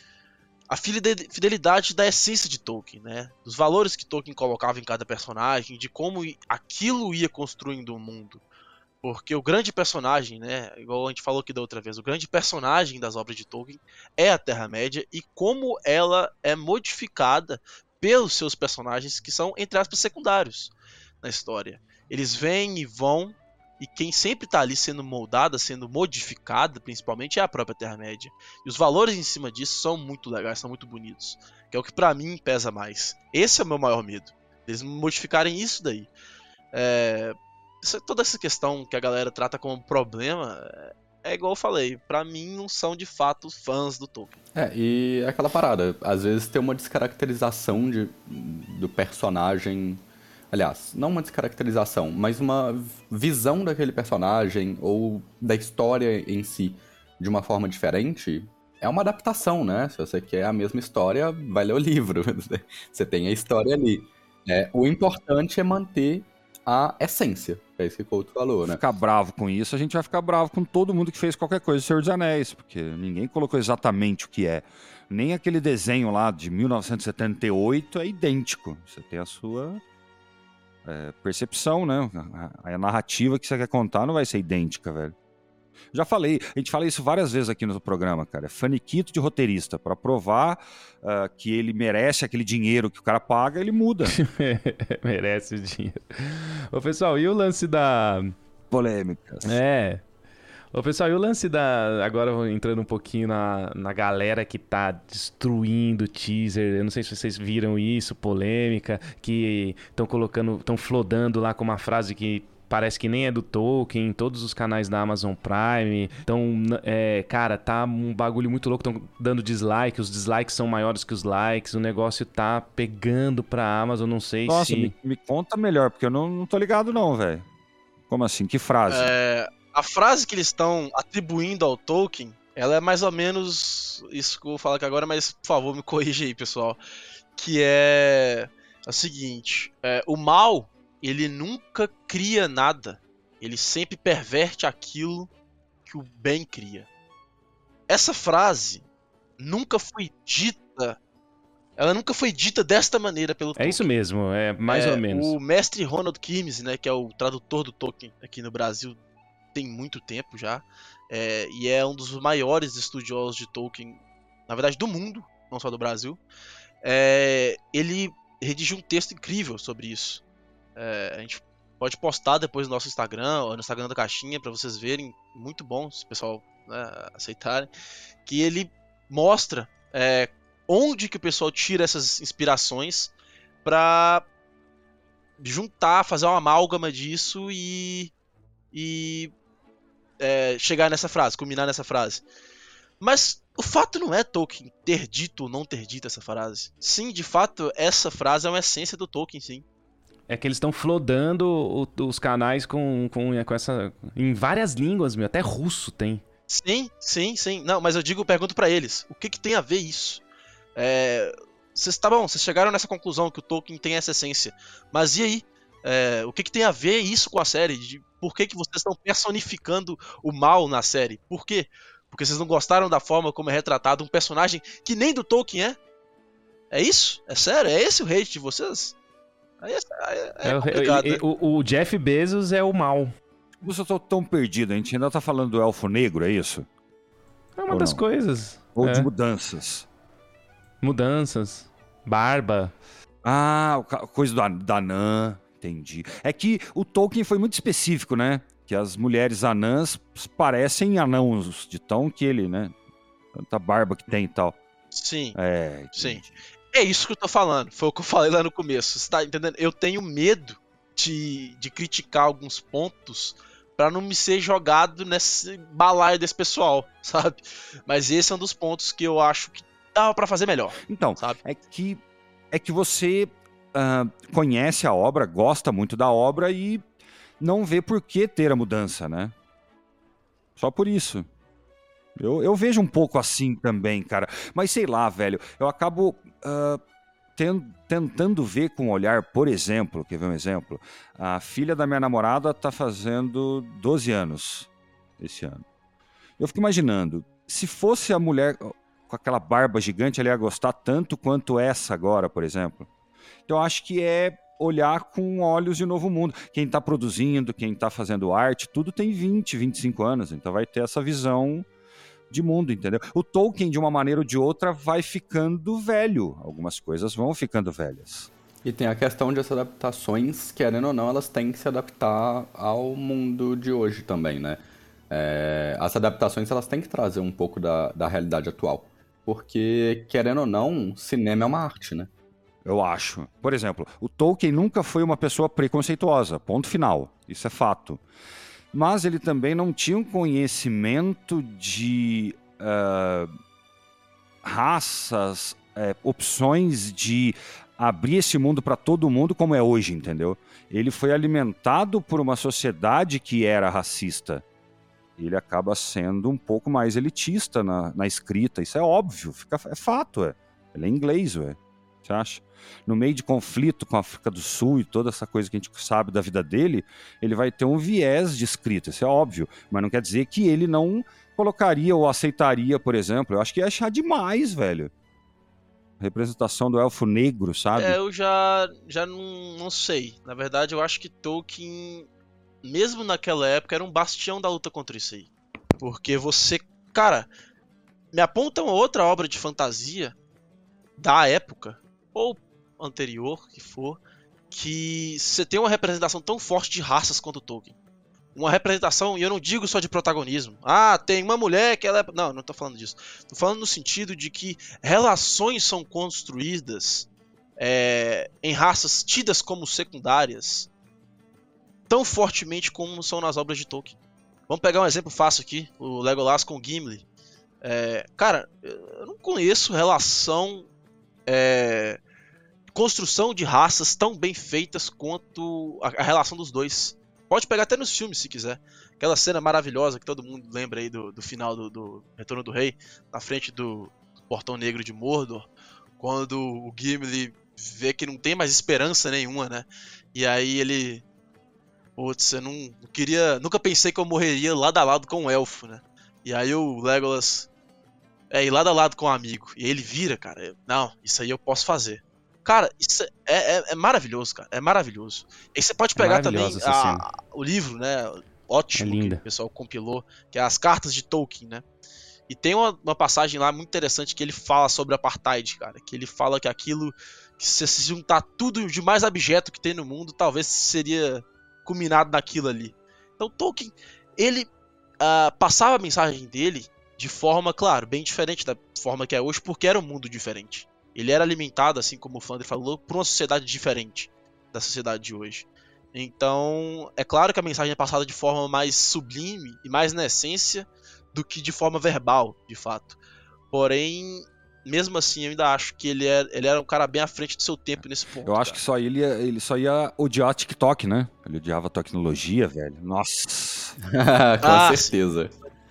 Speaker 4: a fidelidade da essência de Tolkien, né? Dos valores que Tolkien colocava em cada personagem, de como aquilo ia construindo o mundo. Porque o grande personagem, né? Igual a gente falou aqui da outra vez, o grande personagem das obras de Tolkien é a Terra-média e como ela é modificada pelos seus personagens que são, entre aspas, secundários na história. Eles vêm e vão, e quem sempre tá ali sendo moldada, sendo modificada, principalmente, é a própria Terra-média. E os valores em cima disso são muito legais, são muito bonitos. Que é o que pra mim pesa mais. Esse é o meu maior medo. Eles modificarem isso daí. É... Toda essa questão que a galera trata como problema, é igual eu falei, pra mim não são de fato fãs do Tolkien.
Speaker 3: É, e aquela parada, às vezes tem uma descaracterização de, do personagem. Aliás, não uma descaracterização, mas uma visão daquele personagem ou da história em si de uma forma diferente. É uma adaptação, né? Se você quer a mesma história, vai ler o livro. Você tem a história ali. É, o importante é manter a essência. É isso que o Couto falou, né?
Speaker 2: Ficar bravo com isso, a gente vai ficar bravo com todo mundo que fez qualquer coisa do Senhor dos Anéis, porque ninguém colocou exatamente o que é. Nem aquele desenho lá de mil novecentos e setenta e oito é idêntico. Você tem a sua... É, percepção, né? A, a narrativa que você quer contar não vai ser idêntica, velho. Já falei, a gente fala isso várias vezes aqui no programa, cara. É faniquito de roteirista. Pra provar uh, que ele merece aquele dinheiro que o cara paga, ele muda.
Speaker 1: Merece o dinheiro. Ô, pessoal, e o lance da...
Speaker 2: polêmicas.
Speaker 1: É... Ô, pessoal, e o lance da... Agora entrando um pouquinho na, na galera que tá destruindo o teaser. Eu não sei se vocês viram isso, polêmica, que estão colocando, estão flodando lá com uma frase que parece que nem é do Tolkien, em todos os canais da Amazon Prime. Então, é, cara, tá um bagulho muito louco, estão dando dislike, os dislikes são maiores que os likes, o negócio tá pegando pra Amazon, não sei
Speaker 2: Nossa,
Speaker 1: se...
Speaker 2: me, me conta melhor, porque eu não, não tô ligado não, velho. Como assim? Que frase?
Speaker 4: É, a frase que eles estão atribuindo ao Tolkien, ela é mais ou menos isso que eu vou falar aqui agora, mas por favor me corrija aí, pessoal. Que é o seguinte, é, o mal, ele nunca cria nada. Ele sempre perverte aquilo que o bem cria. Essa frase nunca foi dita, ela nunca foi dita desta maneira pelo Tolkien.
Speaker 1: É isso mesmo, é mais
Speaker 4: É,
Speaker 1: ou menos.
Speaker 4: O mestre Ronald Kimsey, né, que é o tradutor do Tolkien aqui no Brasil, tem muito tempo já, é, e é um dos maiores estudiosos de Tolkien, na verdade do mundo, não só do Brasil. É, ele redigiu um texto incrível sobre isso. É, a gente pode postar depois no nosso Instagram, ou no Instagram da Caixinha, para vocês verem, muito bom, se o pessoal, né, aceitarem, que ele mostra é, onde que o pessoal tira essas inspirações para juntar, fazer uma amálgama disso e, e é, chegar nessa frase, culminar nessa frase. Mas o fato não é Tolkien ter dito ou não ter dito essa frase. Sim, de fato, essa frase é uma essência do Tolkien, sim.
Speaker 1: É que eles estão flodando o- os canais com, com, com essa... em várias línguas, meu. Até russo tem.
Speaker 4: Sim, sim, sim. Não, mas eu digo, eu pergunto pra eles, o que que tem a ver isso? É, vocês, tá bom, vocês chegaram nessa conclusão que o Tolkien tem essa essência. Mas e aí? É, o que que tem a ver isso com a série? De, por que que vocês estão personificando o mal na série? Por quê? Porque vocês não gostaram da forma como é retratado um personagem que nem do Tolkien é? É isso? É sério? É esse o hate de vocês? Aí é, é, é
Speaker 1: É o-
Speaker 4: complicado,
Speaker 1: ele-
Speaker 4: né?
Speaker 1: o, o Jeff Bezos é o mal.
Speaker 2: Eu tô tão perdido, a gente ainda tá falando do elfo negro, é isso?
Speaker 1: É uma
Speaker 2: Ou
Speaker 1: das
Speaker 2: não?
Speaker 1: coisas.
Speaker 2: Ou
Speaker 1: É.
Speaker 2: de mudanças?
Speaker 1: Mudanças. Barba.
Speaker 2: Ah, o ca- coisa da, da anã, entendi. É que o Tolkien foi muito específico, né? Que as mulheres anãs parecem anãos de tão que ele, né? Tanta barba que tem e tal.
Speaker 4: Sim.
Speaker 2: É,
Speaker 4: Sim.
Speaker 2: entendi.
Speaker 4: É isso que eu tô falando. Foi o que eu falei lá no começo. Você tá entendendo? Eu tenho medo de, de criticar alguns pontos pra não me ser jogado nesse balaio desse pessoal, sabe? Mas esse é um dos pontos que eu acho que dava pra fazer melhor,
Speaker 2: Então,
Speaker 4: sabe?
Speaker 2: é que, é que você ah, conhece a obra, gosta muito da obra e não vê por que ter a mudança, né? Só por isso. Eu, eu vejo um pouco assim também, cara. Mas sei lá, velho, eu acabo ah, ten- tentando ver com o olhar, por exemplo, quer ver um exemplo? A filha da minha namorada tá fazendo doze anos esse ano. Eu fico imaginando, se fosse a mulher com aquela barba gigante, ela ia gostar tanto quanto essa agora, por exemplo. Então eu acho que é olhar com olhos de novo mundo. Quem tá produzindo, quem tá fazendo arte, tudo tem vinte, vinte e cinco anos, então vai ter essa visão de mundo, entendeu? O Tolkien, de uma maneira ou de outra, vai ficando velho. Algumas coisas vão ficando velhas.
Speaker 3: E tem a questão de as adaptações, querendo ou não, elas têm que se adaptar ao mundo de hoje também, né? É, as adaptações, elas têm que trazer um pouco da, da realidade atual. Porque, querendo ou não, cinema é uma arte, né?
Speaker 2: Eu acho. Por exemplo, o Tolkien nunca foi uma pessoa preconceituosa, ponto final. Isso é fato. Mas ele também não tinha um conhecimento de uh, raças, uh, opções de abrir esse mundo para todo mundo como é hoje, entendeu? Ele foi alimentado por uma sociedade que era racista. Ele acaba sendo um pouco mais elitista na, na escrita. Isso é óbvio, fica, é fato. É. Ele é inglês, ué. Você acha? No meio de conflito com a África do Sul e toda essa coisa que a gente sabe da vida dele, ele vai ter um viés de escrita, isso é óbvio. Mas não quer dizer que ele não colocaria ou aceitaria, por exemplo. Eu acho que ia achar demais, velho. A representação do elfo negro, sabe?
Speaker 4: É, eu já, já não, não sei. Na verdade, eu acho que Tolkien, mesmo naquela época, era um bastião da luta contra isso aí. Porque você... Cara, me aponta uma outra obra de fantasia da época, ou anterior, que for, que você tem uma representação tão forte de raças quanto o Tolkien. Uma representação, e eu não digo só de protagonismo. Ah, tem uma mulher que ela é... Não, não tô falando disso. Tô falando no sentido de que relações são construídas é, em raças tidas como secundárias tão fortemente como são nas obras de Tolkien. Vamos pegar um exemplo fácil aqui, o Legolas com o Gimli. É, cara, eu não conheço relação... É, construção de raças tão bem feitas quanto a, a relação dos dois. pode pegar até nos filmes se quiser. Aquela cena maravilhosa que todo mundo lembra aí do, do final do, do Retorno do Rei, na frente do Portão Negro de Mordor, quando o Gimli vê que não tem mais esperança nenhuma, né? E aí ele... Putz, eu não, não queria... Nunca pensei que eu morreria lado a lado com um elfo, né? E aí o Legolas... É, ir lado a lado com um amigo. E ele vira, cara. Eu, não, isso aí eu posso fazer. Cara, isso é, é, é maravilhoso, cara. É maravilhoso. E aí você pode pegar
Speaker 1: É
Speaker 4: também
Speaker 1: essa
Speaker 4: a,
Speaker 1: cena.
Speaker 4: o livro, né? Ótimo,
Speaker 1: É linda.
Speaker 4: que o pessoal compilou, que é As Cartas de Tolkien, né? E tem uma, uma passagem lá muito interessante que ele fala sobre apartheid, cara. Que ele fala que aquilo, que se se juntar tudo de mais abjeto que tem no mundo, talvez seria culminado naquilo ali. Então Tolkien, ele uh, passava a mensagem dele de forma, claro, bem diferente da forma que é hoje, porque era um mundo diferente. Ele era alimentado, assim como o Flandre falou, por uma sociedade diferente da sociedade de hoje. Então, é claro que a mensagem é passada de forma mais sublime e mais na essência do que de forma verbal, de fato. Porém, mesmo assim, eu ainda acho que ele era, ele era um cara bem à frente do seu tempo nesse ponto.
Speaker 2: Eu acho
Speaker 4: cara.
Speaker 2: que só ele, ia, ele só ia odiar TikTok, né? Ele odiava tecnologia, velho. Nossa.
Speaker 3: Com
Speaker 4: Ah,
Speaker 3: certeza.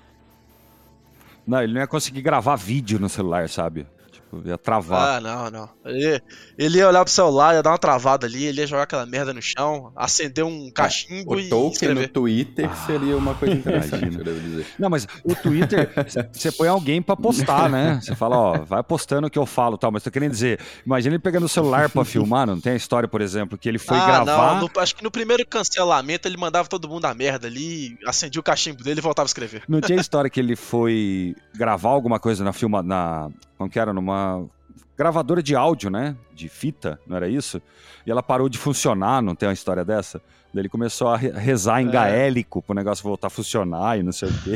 Speaker 2: Não, ele não ia conseguir gravar vídeo no celular, sabe? Tipo, ia travar.
Speaker 4: Ah, não, não. Ele, ele ia olhar pro celular, ia dar uma travada ali, ele ia jogar aquela merda no chão, acender um cachimbo
Speaker 3: O
Speaker 4: e
Speaker 3: Tolkien
Speaker 4: escrever.
Speaker 3: no Twitter
Speaker 2: Ah,
Speaker 3: seria uma coisa interessante,
Speaker 2: imagina.
Speaker 3: eu devo dizer.
Speaker 2: Não, mas o Twitter, você põe alguém pra postar, né? Você fala, ó, vai postando o que eu falo e tal, mas tô querendo dizer, imagina ele pegando o celular pra filmar, não tem a história, por exemplo, que ele foi
Speaker 4: ah,
Speaker 2: gravar...
Speaker 4: não, no- acho que no primeiro cancelamento ele mandava todo mundo a merda ali, acendia o cachimbo dele e voltava a escrever.
Speaker 2: Não tinha história que ele foi gravar alguma coisa na filma, na, como que era, numa gravadora de áudio, né, de fita, não era isso? E ela parou de funcionar, não tem uma história dessa? Daí ele começou a re- rezar em
Speaker 4: É.
Speaker 2: gaélico pro negócio voltar a funcionar e não sei o quê.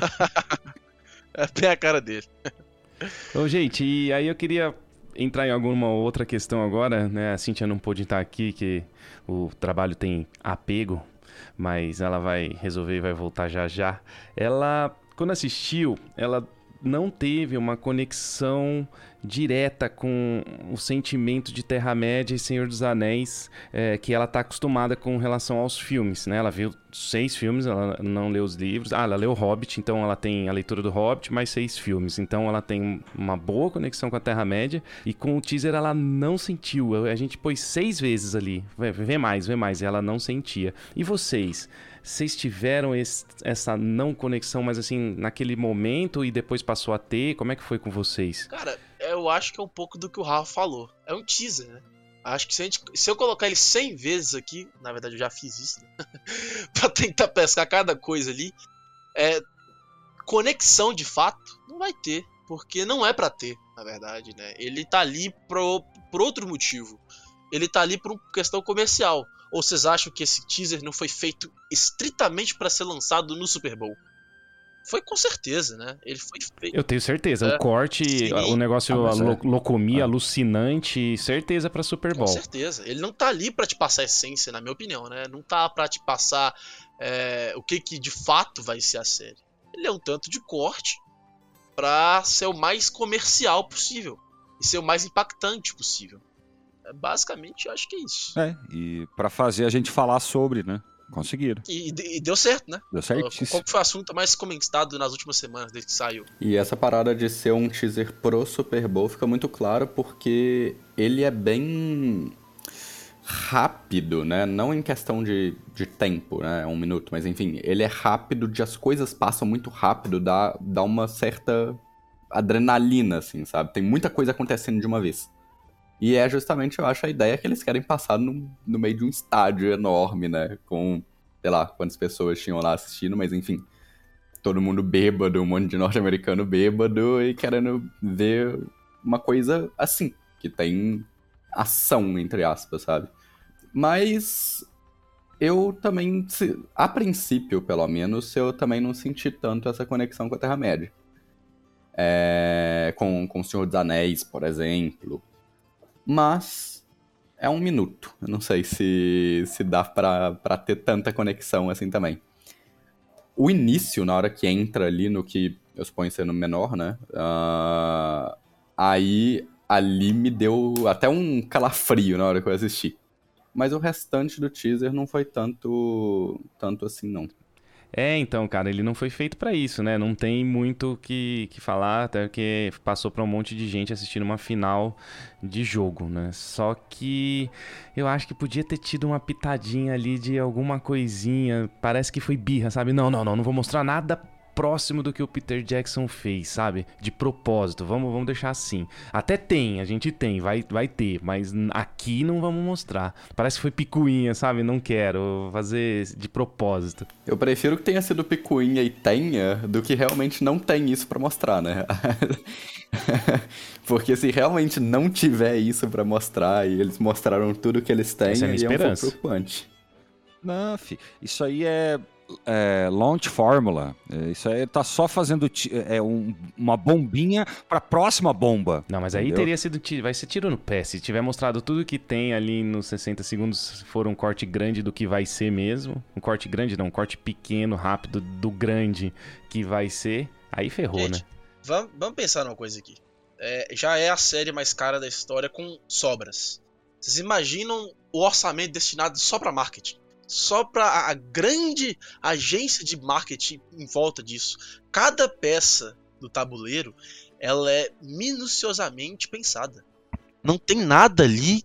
Speaker 4: É bem a cara dele.
Speaker 1: Ô, gente, e aí eu queria entrar em alguma outra questão agora, né? A Cíntia não pôde estar aqui, que o trabalho tem apego, mas ela vai resolver e vai voltar já já. Ela, quando assistiu, ela não teve uma conexão direta com o sentimento de Terra-média e Senhor dos Anéis é, que ela está acostumada com relação aos filmes, né? Ela viu seis filmes, ela não leu os livros. Ah, ela leu o Hobbit, então ela tem a leitura do Hobbit, mais seis filmes. Então ela tem uma boa conexão com a Terra-média e com o teaser ela não sentiu. A gente pôs seis vezes ali. Vê mais, vê mais. E ela não sentia. E vocês? Vocês tiveram esse, essa não conexão, mas assim, naquele momento e depois passou a ter? Como é que foi com vocês?
Speaker 4: Cara, eu acho que é um pouco do que o Rafa falou. É um teaser, né? Acho que se, a gente, se eu colocar ele cem vezes aqui, na verdade eu já fiz isso, né? Pra tentar pescar cada coisa ali, é, conexão de fato não vai ter, porque não é pra ter, na verdade, né? Ele tá ali pro, por outro motivo. Ele tá ali por uma questão comercial. Ou vocês acham que esse teaser não foi feito estritamente pra ser lançado no Super Bowl? Foi com certeza, né? Ele foi feito.
Speaker 1: Eu tenho certeza.
Speaker 4: É,
Speaker 1: O corte,
Speaker 4: sim.
Speaker 1: o negócio,
Speaker 3: Ah, mas
Speaker 1: a lo-
Speaker 3: é.
Speaker 1: locomia
Speaker 3: Ah.
Speaker 1: alucinante, certeza pra Super
Speaker 4: Com
Speaker 1: Bowl.
Speaker 4: certeza. Ele não tá ali pra te passar a essência, na minha opinião, né? Não tá pra te passar é, o que, que de fato vai ser a série. Ele é um tanto de corte pra ser o mais comercial possível e ser o mais impactante possível. É, basicamente, eu acho que é isso.
Speaker 2: É, e pra fazer a gente falar sobre, né? Conseguiram.
Speaker 4: E, e deu certo, né?
Speaker 2: Deu
Speaker 4: Qual
Speaker 2: certíssimo.
Speaker 4: que foi o assunto mais comentado nas últimas semanas desde que saiu?
Speaker 3: E essa parada de ser um teaser pro Super Bowl fica muito claro porque ele é bem rápido, né? Não em questão de, de tempo, né? Um minuto, mas enfim, ele é rápido, de as coisas passam muito rápido, dá, dá uma certa adrenalina, assim, sabe? Tem muita coisa acontecendo de uma vez. E é justamente, eu acho, a ideia que eles querem passar no, no meio de um estádio enorme, né? Com, sei lá, quantas pessoas tinham lá assistindo, mas enfim. Todo mundo bêbado, um monte de norte-americano bêbado e querendo ver uma coisa assim, que tem ação, entre aspas, sabe? Mas eu também, se- a princípio, pelo menos, eu também não senti tanto essa conexão com a Terra-média. É, com, com o Senhor dos Anéis, por exemplo. Mas é um minuto. Eu não sei se, se dá pra, pra ter tanta conexão assim também. O início, na hora que entra ali no que eu suponho ser no menor, né? Uh, aí ali me deu até um calafrio na hora que eu assisti. mas o restante do teaser não foi tanto, tanto assim, não.
Speaker 1: É, então, cara, ele não foi feito pra isso, né? Não tem muito o que, que falar, até porque passou pra um monte de gente assistindo uma final de jogo, né? Só que eu acho que podia ter tido uma pitadinha ali de alguma coisinha. Parece que foi birra, sabe? Não, não, não, não vou mostrar nada próximo do que o Peter Jackson fez, sabe? De propósito, vamos, vamos deixar assim. Até tem, a gente tem, vai, vai ter, mas aqui não vamos mostrar. Parece que foi picuinha, sabe? Não quero fazer de propósito.
Speaker 3: Eu prefiro que tenha sido picuinha e tenha, do que realmente não tem isso pra mostrar, né? Porque se realmente não tiver isso pra mostrar e eles mostraram tudo que eles têm,
Speaker 1: essa é a minha
Speaker 3: aí é um pouco
Speaker 1: esperança.
Speaker 3: preocupante.
Speaker 2: Não, fi, isso aí é, é launch fórmula. É, isso aí tá só fazendo ti- é, um- uma bombinha pra próxima bomba.
Speaker 1: Não, mas aí
Speaker 2: entendeu?
Speaker 1: teria sido ti- vai ser tiro no pé. Se tiver mostrado tudo que tem ali nos sessenta segundos, se for um corte grande do que vai ser mesmo. Um corte grande não, um corte pequeno, rápido do grande que vai ser. Aí ferrou,
Speaker 4: Gente,
Speaker 1: né?
Speaker 4: Vamos, vamos pensar numa coisa aqui. É, já é a série mais cara da história com sobras. Vocês imaginam o orçamento destinado só pra marketing? Só pra a grande agência de marketing em volta disso. Cada peça do tabuleiro, ela é minuciosamente pensada. Não tem nada ali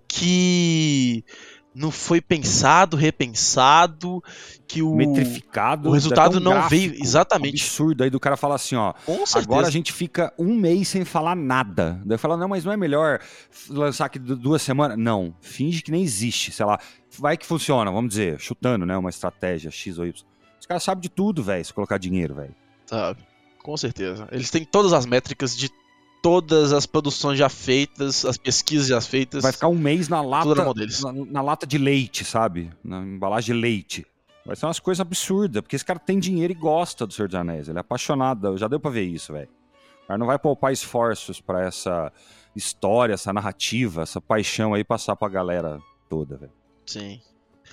Speaker 4: que não foi pensado, repensado, que o,
Speaker 2: Metrificado.
Speaker 4: o resultado
Speaker 2: deve ter um
Speaker 4: não veio
Speaker 2: gráfico
Speaker 4: exatamente.
Speaker 2: absurdo aí do cara falar assim, ó.
Speaker 4: Com certeza.
Speaker 2: Agora a gente fica um mês sem falar nada. Daí fala, não, mas não é melhor lançar aqui du- duas semanas? Não, finge que nem existe, sei lá. Vai que funciona, vamos dizer, chutando, né, uma estratégia X ou Y. Os caras sabem de tudo, velho, se colocar dinheiro, velho.
Speaker 4: Sabe? Com certeza. Eles têm todas as métricas de todas as produções já feitas, as pesquisas já feitas.
Speaker 2: Vai ficar um mês na lata,
Speaker 4: tudo na mão deles.
Speaker 2: na, na lata de leite, sabe? Na embalagem de leite. Vai ser umas coisas absurdas, porque esse cara tem dinheiro e gosta do Senhor dos Anéis. Ele é apaixonado, já deu pra ver isso, velho. O cara não vai poupar esforços pra essa história, essa narrativa, essa paixão aí passar pra galera toda, velho.
Speaker 4: Sim.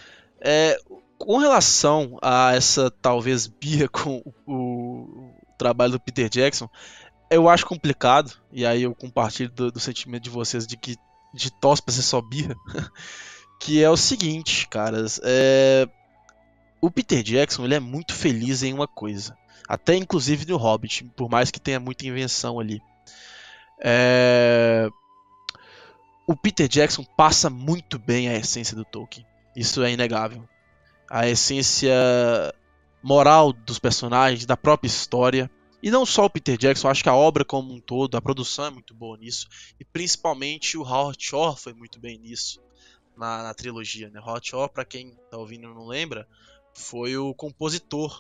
Speaker 4: É, com relação a essa talvez birra com o, o trabalho do Peter Jackson, eu acho complicado, e aí eu compartilho do, do sentimento de vocês de que de torce pra ser só birra, que é o seguinte, caras, é, o Peter Jackson ele é muito feliz em uma coisa, até inclusive no Hobbit, por mais que tenha muita invenção ali. É, o Peter Jackson passa muito bem a essência do Tolkien, isso é inegável. A essência moral dos personagens, da própria história. E não só o Peter Jackson, acho que a obra como um todo, a produção é muito boa nisso. E principalmente o Howard Shore foi muito bem nisso na, na trilogia. Né? Howard Shore, pra quem tá ouvindo e não lembra, foi o compositor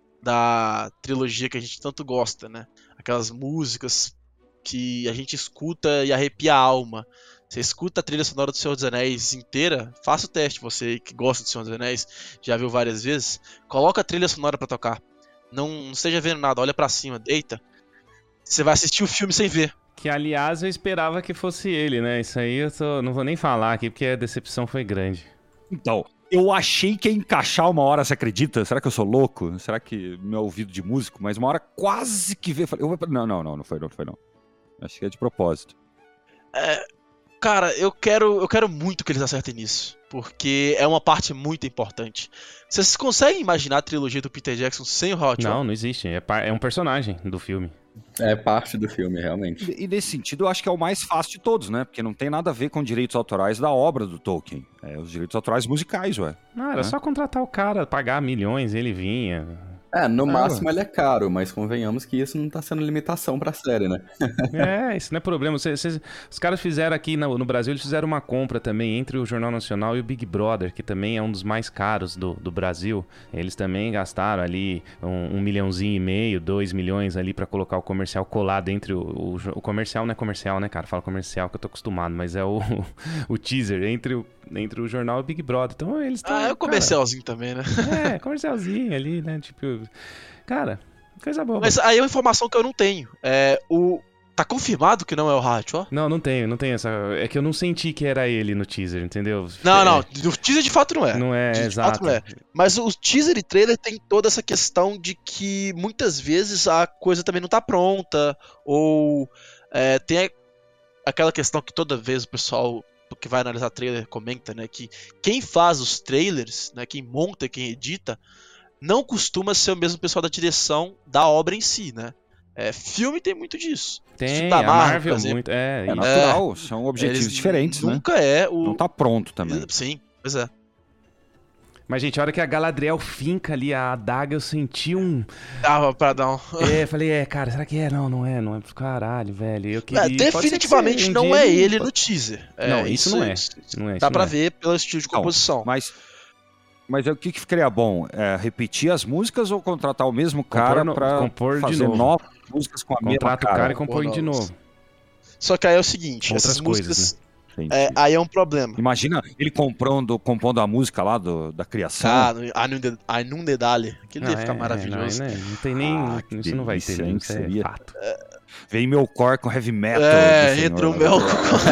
Speaker 4: da trilogia que a gente tanto gosta. Né? Aquelas músicas que a gente escuta e arrepia a alma. Você escuta a trilha sonora do Senhor dos Anéis inteira, faça o teste, você que gosta do Senhor dos Anéis, já viu várias vezes, coloca a trilha sonora pra tocar. Não, não esteja vendo nada, olha pra cima, deita. Você vai assistir o filme sem ver.
Speaker 1: Que, aliás, eu esperava que fosse ele, né? Isso aí eu tô... não vou nem falar aqui, porque a decepção foi grande.
Speaker 2: Então, eu achei que ia encaixar uma hora, você acredita? Será que eu sou louco? Será que meu ouvido de músico? Mas uma hora quase que veio, eu falei, eu vou... não, não, não, não foi não, não foi não. Acho que é de propósito.
Speaker 4: É, cara, eu quero, eu quero muito que eles acertem nisso, porque é uma parte muito importante. Vocês conseguem imaginar a trilogia do Peter Jackson sem o Howard Shore?
Speaker 1: Não, não existe. É, par- é um personagem do filme.
Speaker 3: É parte do filme, realmente.
Speaker 2: E, e nesse sentido, eu acho que é o mais fácil de todos, né? Porque não tem nada a ver com direitos autorais da obra do Tolkien. É os direitos autorais musicais, ué.
Speaker 1: Não, era
Speaker 2: É.
Speaker 1: só contratar o cara, pagar milhões, ele vinha.
Speaker 3: É, no
Speaker 2: Ah,
Speaker 3: máximo ele é caro, mas convenhamos que isso não tá sendo limitação pra série, né?
Speaker 1: É, isso não é problema. Cê- cês- os caras fizeram aqui no, no Brasil, eles fizeram uma compra também entre o Jornal Nacional e o Big Brother, que também é um dos mais caros do, do Brasil. Eles também gastaram ali um, um milhãozinho e meio, dois milhões ali pra colocar o comercial colado entre o, o, jo- o comercial, não é comercial, né, cara? Fala comercial que eu tô acostumado, mas é o, o teaser entre o, entre o jornal e o Big Brother. Então eles estão.
Speaker 4: Ah, é o comercialzinho também, né?
Speaker 1: É, comercialzinho ali, né? Tipo, cara, coisa boa.
Speaker 4: Mas aí é uma informação que eu não tenho. É, o... Tá confirmado que não é o Howard Shore?
Speaker 1: Não, não tenho, não tenho essa. É que eu não senti que era ele no teaser, entendeu?
Speaker 4: Não,
Speaker 1: É,
Speaker 4: não. No teaser de fato não é.
Speaker 1: Não é,
Speaker 4: de, de
Speaker 1: exato.
Speaker 4: fato não é. Mas o teaser e trailer tem toda essa questão de que muitas vezes a coisa também não tá pronta. Ou é, tem aquela questão que toda vez o pessoal que vai analisar trailer comenta, né, que quem faz os trailers, né, quem monta, quem edita, não costuma ser o mesmo pessoal da direção da obra em si, né? É, filme tem muito disso.
Speaker 1: Tem,
Speaker 4: filme da
Speaker 1: a
Speaker 4: Marvel,
Speaker 1: Marvel
Speaker 4: por exemplo,
Speaker 1: muito. É,
Speaker 2: É
Speaker 1: isso.
Speaker 2: natural, são objetivos
Speaker 4: eles
Speaker 2: diferentes, né?
Speaker 4: nunca é o...
Speaker 2: Não tá pronto também.
Speaker 4: Sim, pois é.
Speaker 1: Mas, gente, a hora que a Galadriel finca ali a adaga, eu senti um.
Speaker 4: Ah, pradão.
Speaker 1: É, falei, é, cara, será que é? Não, não é, não é. Caralho, velho. Eu queria.
Speaker 4: É, definitivamente
Speaker 1: um
Speaker 4: não
Speaker 1: dia
Speaker 4: é
Speaker 1: ele-
Speaker 4: ele no teaser. É,
Speaker 1: Não, isso não é. Não é,
Speaker 4: Dá
Speaker 1: isso
Speaker 4: pra
Speaker 1: não é.
Speaker 4: ver pelo estilo de
Speaker 2: Não,
Speaker 4: composição.
Speaker 2: Mas, mas é, o que, que ficaria bom? É, repetir as músicas ou contratar o mesmo cara
Speaker 1: no-
Speaker 2: pra
Speaker 1: compor de
Speaker 2: fazer
Speaker 1: novo.
Speaker 2: novas músicas com a
Speaker 1: Contrata o
Speaker 2: mesma
Speaker 1: cara e
Speaker 2: cara?
Speaker 1: compõe de
Speaker 4: novas.
Speaker 1: novo.
Speaker 4: Só que aí é o seguinte,
Speaker 1: Outras
Speaker 4: essas
Speaker 1: coisas,
Speaker 4: músicas...
Speaker 2: Entendi.
Speaker 4: é, aí é um problema.
Speaker 2: Imagina ele compondo, compondo a música lá do, da criação.
Speaker 4: Ah, Anundedale. Aquilo
Speaker 1: Não,
Speaker 4: ia ficar
Speaker 1: é,
Speaker 4: maravilhoso.
Speaker 1: Não, é, não tem nem.
Speaker 2: Ah, que
Speaker 1: isso não vai ter,
Speaker 2: delícia,
Speaker 1: né?
Speaker 2: hein,
Speaker 1: Isso
Speaker 2: que
Speaker 1: é
Speaker 2: seria.
Speaker 1: fato.
Speaker 2: Vem meu core com heavy metal.
Speaker 4: É,
Speaker 2: do senhor
Speaker 4: entra o
Speaker 2: lá.
Speaker 4: Melco.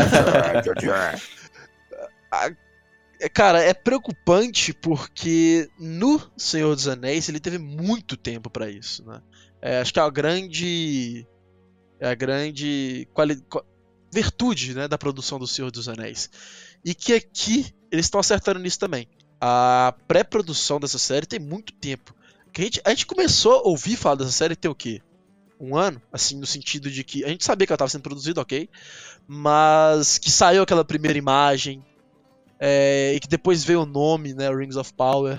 Speaker 4: É, Cara, é preocupante porque no Senhor dos Anéis ele teve muito tempo pra isso, né? É, acho que é a grande, é a grande quali... qua- virtude, né, da produção do Senhor dos Anéis. E que aqui eles estão acertando nisso também. A pré-produção dessa série tem muito tempo. Que a, gente, a gente começou a ouvir falar dessa série tem o quê? Um ano? Assim, no sentido de que a gente sabia que ela estava sendo produzida, ok? Mas que saiu aquela primeira imagem. É, e que depois veio o nome, né, Rings of Power,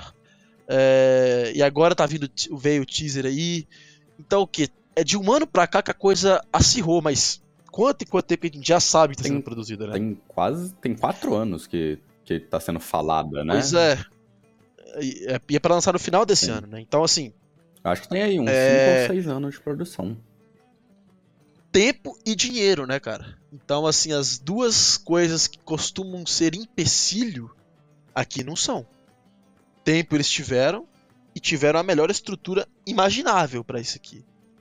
Speaker 4: é, e agora tá vindo, veio o teaser aí. Então o que? É de um ano pra cá que a coisa acirrou, mas quanto e quanto tempo que a gente já sabe que tá
Speaker 3: Tem-
Speaker 4: sendo produzida, né?
Speaker 3: Tem quase. Tem quatro anos que, que tá sendo falada, né?
Speaker 4: Pois é. E é, e é pra lançar no final desse
Speaker 3: Sim.
Speaker 4: ano, né? Então assim,
Speaker 3: Acho que tem aí uns
Speaker 4: É.
Speaker 3: cinco ou seis anos de produção.
Speaker 4: tempo e dinheiro, né, cara? Então assim, as duas coisas que costumam ser empecilho, aqui não são. Tempo eles tiveram, e tiveram a melhor estrutura imaginável pra isso aqui.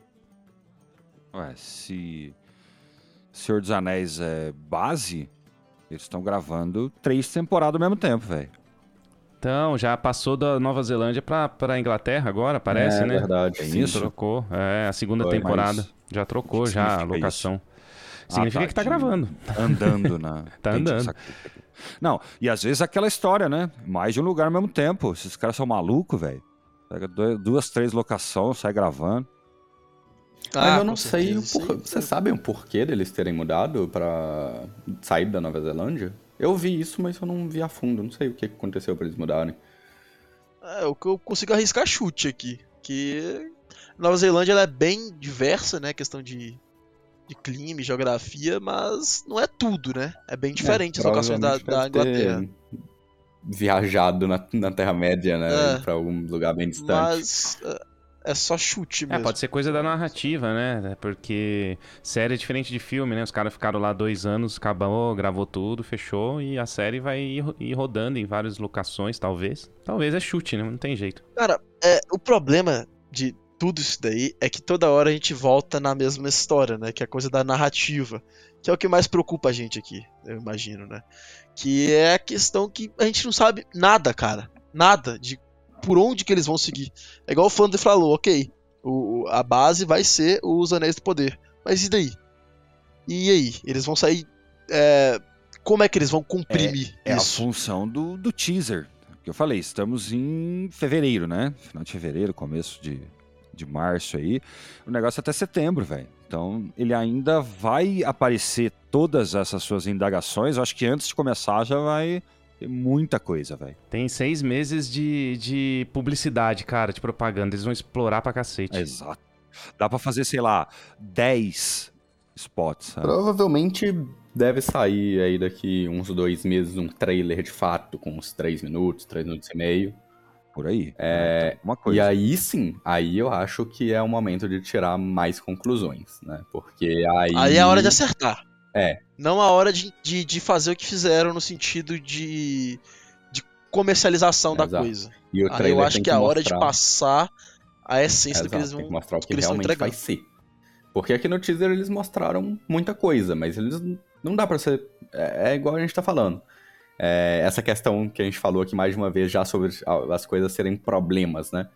Speaker 2: Ué, se Senhor dos Anéis é base, eles estão gravando três temporadas ao mesmo tempo, velho.
Speaker 1: Então, já passou da Nova Zelândia pra, pra Inglaterra agora, parece,
Speaker 3: é,
Speaker 1: né?
Speaker 3: verdade.
Speaker 2: Tem
Speaker 3: sim.
Speaker 2: isso?
Speaker 1: Trocou. É, a segunda
Speaker 3: Foi,
Speaker 1: temporada.
Speaker 2: mas
Speaker 1: Já trocou,
Speaker 2: o que
Speaker 1: já a
Speaker 2: significa
Speaker 1: locação.
Speaker 2: Ah,
Speaker 1: Significa
Speaker 2: tá,
Speaker 1: que tá
Speaker 2: de-
Speaker 1: gravando.
Speaker 2: Andando na.
Speaker 1: Tá
Speaker 2: Entendi,
Speaker 1: andando.
Speaker 2: saquei. Não, e às vezes aquela história, né? Mais de um lugar ao mesmo tempo. Esses caras são malucos, velho. Pega dois- duas, três locações, sai gravando.
Speaker 3: Mas
Speaker 4: Ah,
Speaker 3: eu não
Speaker 4: com
Speaker 3: sei.
Speaker 4: certeza,
Speaker 3: o
Speaker 4: isso
Speaker 3: por...
Speaker 4: aí.
Speaker 3: Vocês sabem o porquê deles terem mudado pra sair da Nova Zelândia? Eu vi isso, mas eu não vi a fundo. Não sei o que aconteceu pra eles mudarem.
Speaker 4: É, o que eu consigo arriscar chute aqui. Que Nova Zelândia ela é bem diversa, né? Questão de, de clima e geografia, mas não é tudo, né? É bem diferente as locações da,
Speaker 3: Provavelmente
Speaker 4: da
Speaker 3: deve ter
Speaker 4: Inglaterra.
Speaker 3: Viajado na, na Terra-média, né?
Speaker 4: É.
Speaker 3: Pra algum lugar bem distante.
Speaker 4: Mas é, é só chute
Speaker 1: É,
Speaker 4: mesmo.
Speaker 1: pode ser coisa da narrativa, né? Porque série é diferente de filme, né? Os caras ficaram lá dois anos, acabou, gravou tudo, fechou, e a série vai ir, ir rodando em várias locações, talvez. Talvez é chute, né? Não tem jeito.
Speaker 4: Cara, é, o problema de tudo isso daí é que toda hora a gente volta na mesma história, né? Que é a coisa da narrativa. Que é o que mais preocupa a gente aqui, eu imagino, né? Que é a questão que a gente não sabe nada, cara. Nada de por onde que eles vão seguir. É igual o Fandor falou, ok, o, o- a base vai ser os Anéis do Poder. Mas e daí? E aí? Eles vão sair... é, como é que eles vão comprimir
Speaker 2: É a
Speaker 4: isso?
Speaker 2: função do, do teaser. Que eu falei, estamos em fevereiro, né? Final de fevereiro, começo de, de março aí. O negócio é até setembro, velho. Então, ele ainda vai aparecer todas essas suas indagações. Eu acho que antes de começar já vai ter muita coisa, velho.
Speaker 1: Tem seis meses de, de publicidade, cara, de propaganda. Eles vão explorar pra cacete.
Speaker 2: Exato. Dá pra fazer, sei lá, dez spots, sabe?
Speaker 3: Provavelmente deve sair aí daqui uns dois meses um trailer de fato, com uns três minutos, três minutos e meio.
Speaker 2: Por aí.
Speaker 3: É,
Speaker 2: Então, uma coisa.
Speaker 3: E aí sim, aí eu acho que é o momento de tirar mais conclusões, né? Porque aí.
Speaker 4: Aí é a hora de acertar.
Speaker 3: É.
Speaker 4: Não a hora de, de, de fazer o que fizeram no sentido de, de comercialização da
Speaker 3: Exato.
Speaker 4: coisa.
Speaker 3: E o
Speaker 4: Aí
Speaker 3: trailer
Speaker 4: eu acho
Speaker 3: tem
Speaker 4: que é a hora
Speaker 3: mostrar...
Speaker 4: de passar a essência do que
Speaker 3: Exato,
Speaker 4: eles
Speaker 3: tem
Speaker 4: vão.
Speaker 3: que mostrar o
Speaker 4: do
Speaker 3: que,
Speaker 4: que eles estão
Speaker 3: realmente vai
Speaker 4: entregando.
Speaker 3: ser. Porque aqui no teaser eles mostraram muita coisa, mas eles não dá pra ser. É, é igual a gente tá falando. É, essa questão que a gente falou aqui mais de uma vez já sobre as coisas serem problemas, né?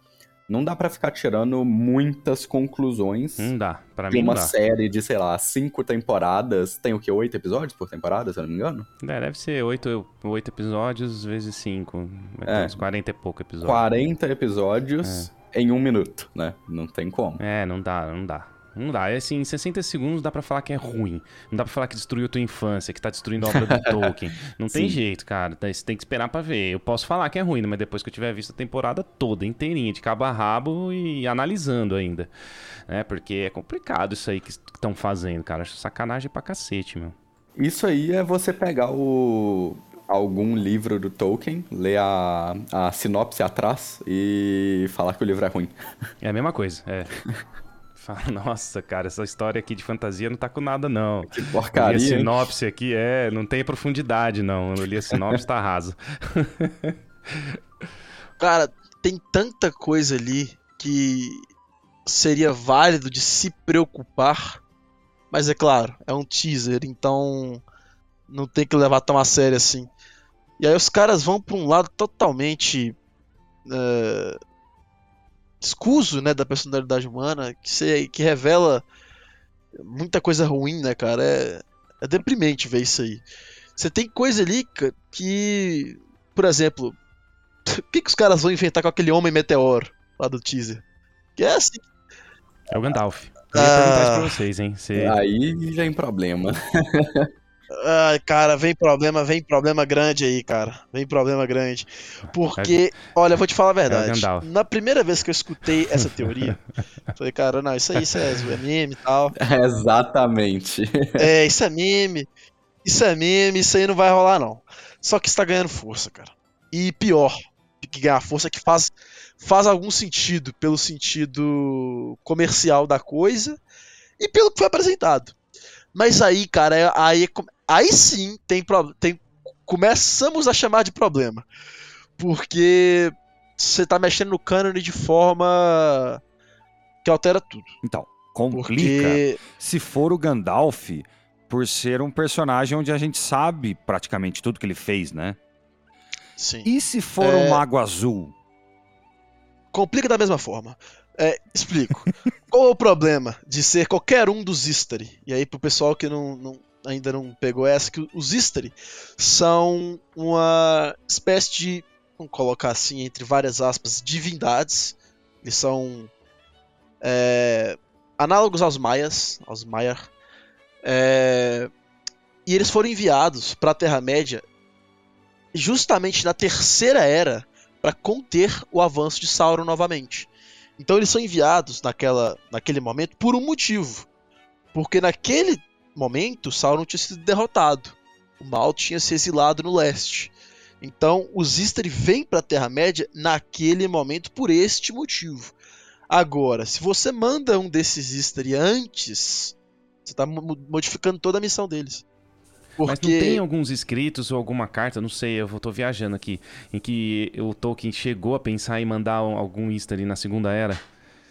Speaker 3: não dá pra ficar tirando muitas conclusões
Speaker 1: Não dá, pra
Speaker 3: de
Speaker 1: mim não
Speaker 3: uma
Speaker 1: dá.
Speaker 3: série de, sei lá, cinco temporadas. Tem o quê? Oito episódios por temporada, se eu não me engano?
Speaker 1: É, deve ser oito, oito episódios vezes cinco.
Speaker 3: É.
Speaker 1: Uns quarenta e pouco episódios.
Speaker 3: quarenta episódios em um minuto, né? Não tem como.
Speaker 1: É, não dá, não dá. Não dá. É assim, em sessenta segundos dá pra falar que é ruim. Não dá pra falar que destruiu a tua infância, que tá destruindo a obra do Tolkien. Não tem
Speaker 3: Sim.
Speaker 1: jeito, cara. Daí Você tem que esperar pra ver. Eu posso falar que é ruim, mas depois que eu tiver visto a temporada toda, inteirinha, de cabo a rabo e analisando ainda. Né? Porque é complicado isso aí que estão fazendo, cara. Acho sacanagem pra cacete, meu.
Speaker 3: Isso aí é você pegar o... algum livro do Tolkien, ler a, a sinopse atrás e falar que o livro é ruim.
Speaker 1: É a mesma coisa, é. Fala, nossa, cara, essa história aqui de fantasia não tá com nada, não.
Speaker 3: Que
Speaker 1: Eu li
Speaker 3: porcaria,
Speaker 1: a
Speaker 3: hein?
Speaker 1: sinopse aqui, é, não tem profundidade, não. Eu li a sinopse, tá raso.
Speaker 4: Cara, tem tanta coisa ali que seria válido de se preocupar, mas é claro, é um teaser, então não tem que levar tão a sério assim. E aí os caras vão pra um lado totalmente é, escuso, né, da personalidade humana, que, se, que revela muita coisa ruim, né, cara? É, é deprimente ver isso aí. Você tem coisa ali ca- que, por exemplo, o que, que os caras vão inventar com aquele homem meteoro lá do teaser? Que é assim.
Speaker 1: É o Gandalf. Eu ia
Speaker 4: Ah.
Speaker 1: perguntar isso pra vocês, hein? Você...
Speaker 3: Aí vem problema.
Speaker 4: Ai, cara, vem problema, vem problema grande aí, cara. Vem problema grande. Porque, olha, eu vou te falar a verdade.
Speaker 1: Gandalf.
Speaker 4: Na primeira vez que eu escutei essa teoria, falei, cara, não, isso aí isso é, isso é meme e tal.
Speaker 3: Exatamente.
Speaker 4: É, isso é meme. Isso é meme, isso aí não vai rolar, não. Só que está ganhando força, cara. E pior, que ganhar força é que faz, faz algum sentido pelo sentido comercial da coisa e pelo que foi apresentado. Mas aí, cara, é- aí, é com- aí sim tem, pro- tem começamos a chamar de problema. Porque você tá mexendo no cânone de forma que altera tudo.
Speaker 2: Então, complica
Speaker 4: Porque
Speaker 2: se for o Gandalf, por ser um personagem onde a gente sabe praticamente tudo que ele fez, né?
Speaker 4: sim,
Speaker 2: E se for
Speaker 4: É.
Speaker 2: um Mago Azul?
Speaker 4: complica da mesma forma. É, explico. Qual é o problema de ser qualquer um dos Istari? E aí, pro pessoal que não, não- ainda não pegou essa, que os Istari são uma espécie de, vamos colocar assim, entre várias aspas, divindades. Eles são é, análogos aos Maias, aos Maiar. É, e eles foram enviados para a Terra-média justamente na Terceira Era para conter o avanço de Sauron novamente. Então eles são enviados naquela, naquele momento por um motivo. Porque naquele momento Sauron tinha sido derrotado. O mal tinha se exilado no leste. Então os Istari vêm para a Terra-média naquele momento por este motivo. Agora, se você manda um desses Istari antes, você está modificando toda a missão deles.
Speaker 1: Mas não
Speaker 4: Porque
Speaker 1: tem alguns escritos ou alguma carta, não sei, eu tô viajando aqui, em que o Tolkien chegou a pensar em mandar um- algum Easter na Segunda Era?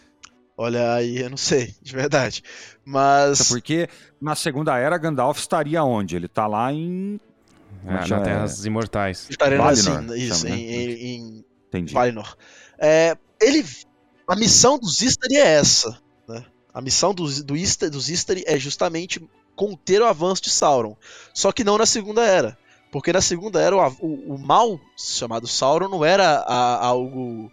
Speaker 4: olha aí, eu não sei, de verdade. Mas
Speaker 2: Porque na Segunda Era, Gandalf estaria onde? Ele tá lá em...
Speaker 1: Ah,
Speaker 2: Já
Speaker 1: na
Speaker 2: é.
Speaker 1: Terras Imortais.
Speaker 4: estaremos
Speaker 2: Valinor,
Speaker 4: assim, isso,
Speaker 2: chama, né?
Speaker 4: em, em, em
Speaker 2: Entendi.
Speaker 4: Valinor. É, ele, a missão dos Istari é essa, né? A missão dos, do Istari, dos Istari é justamente conter o avanço de Sauron. Só que não na Segunda Era. Porque na Segunda Era o, av- o, o mal chamado Sauron não era a- algo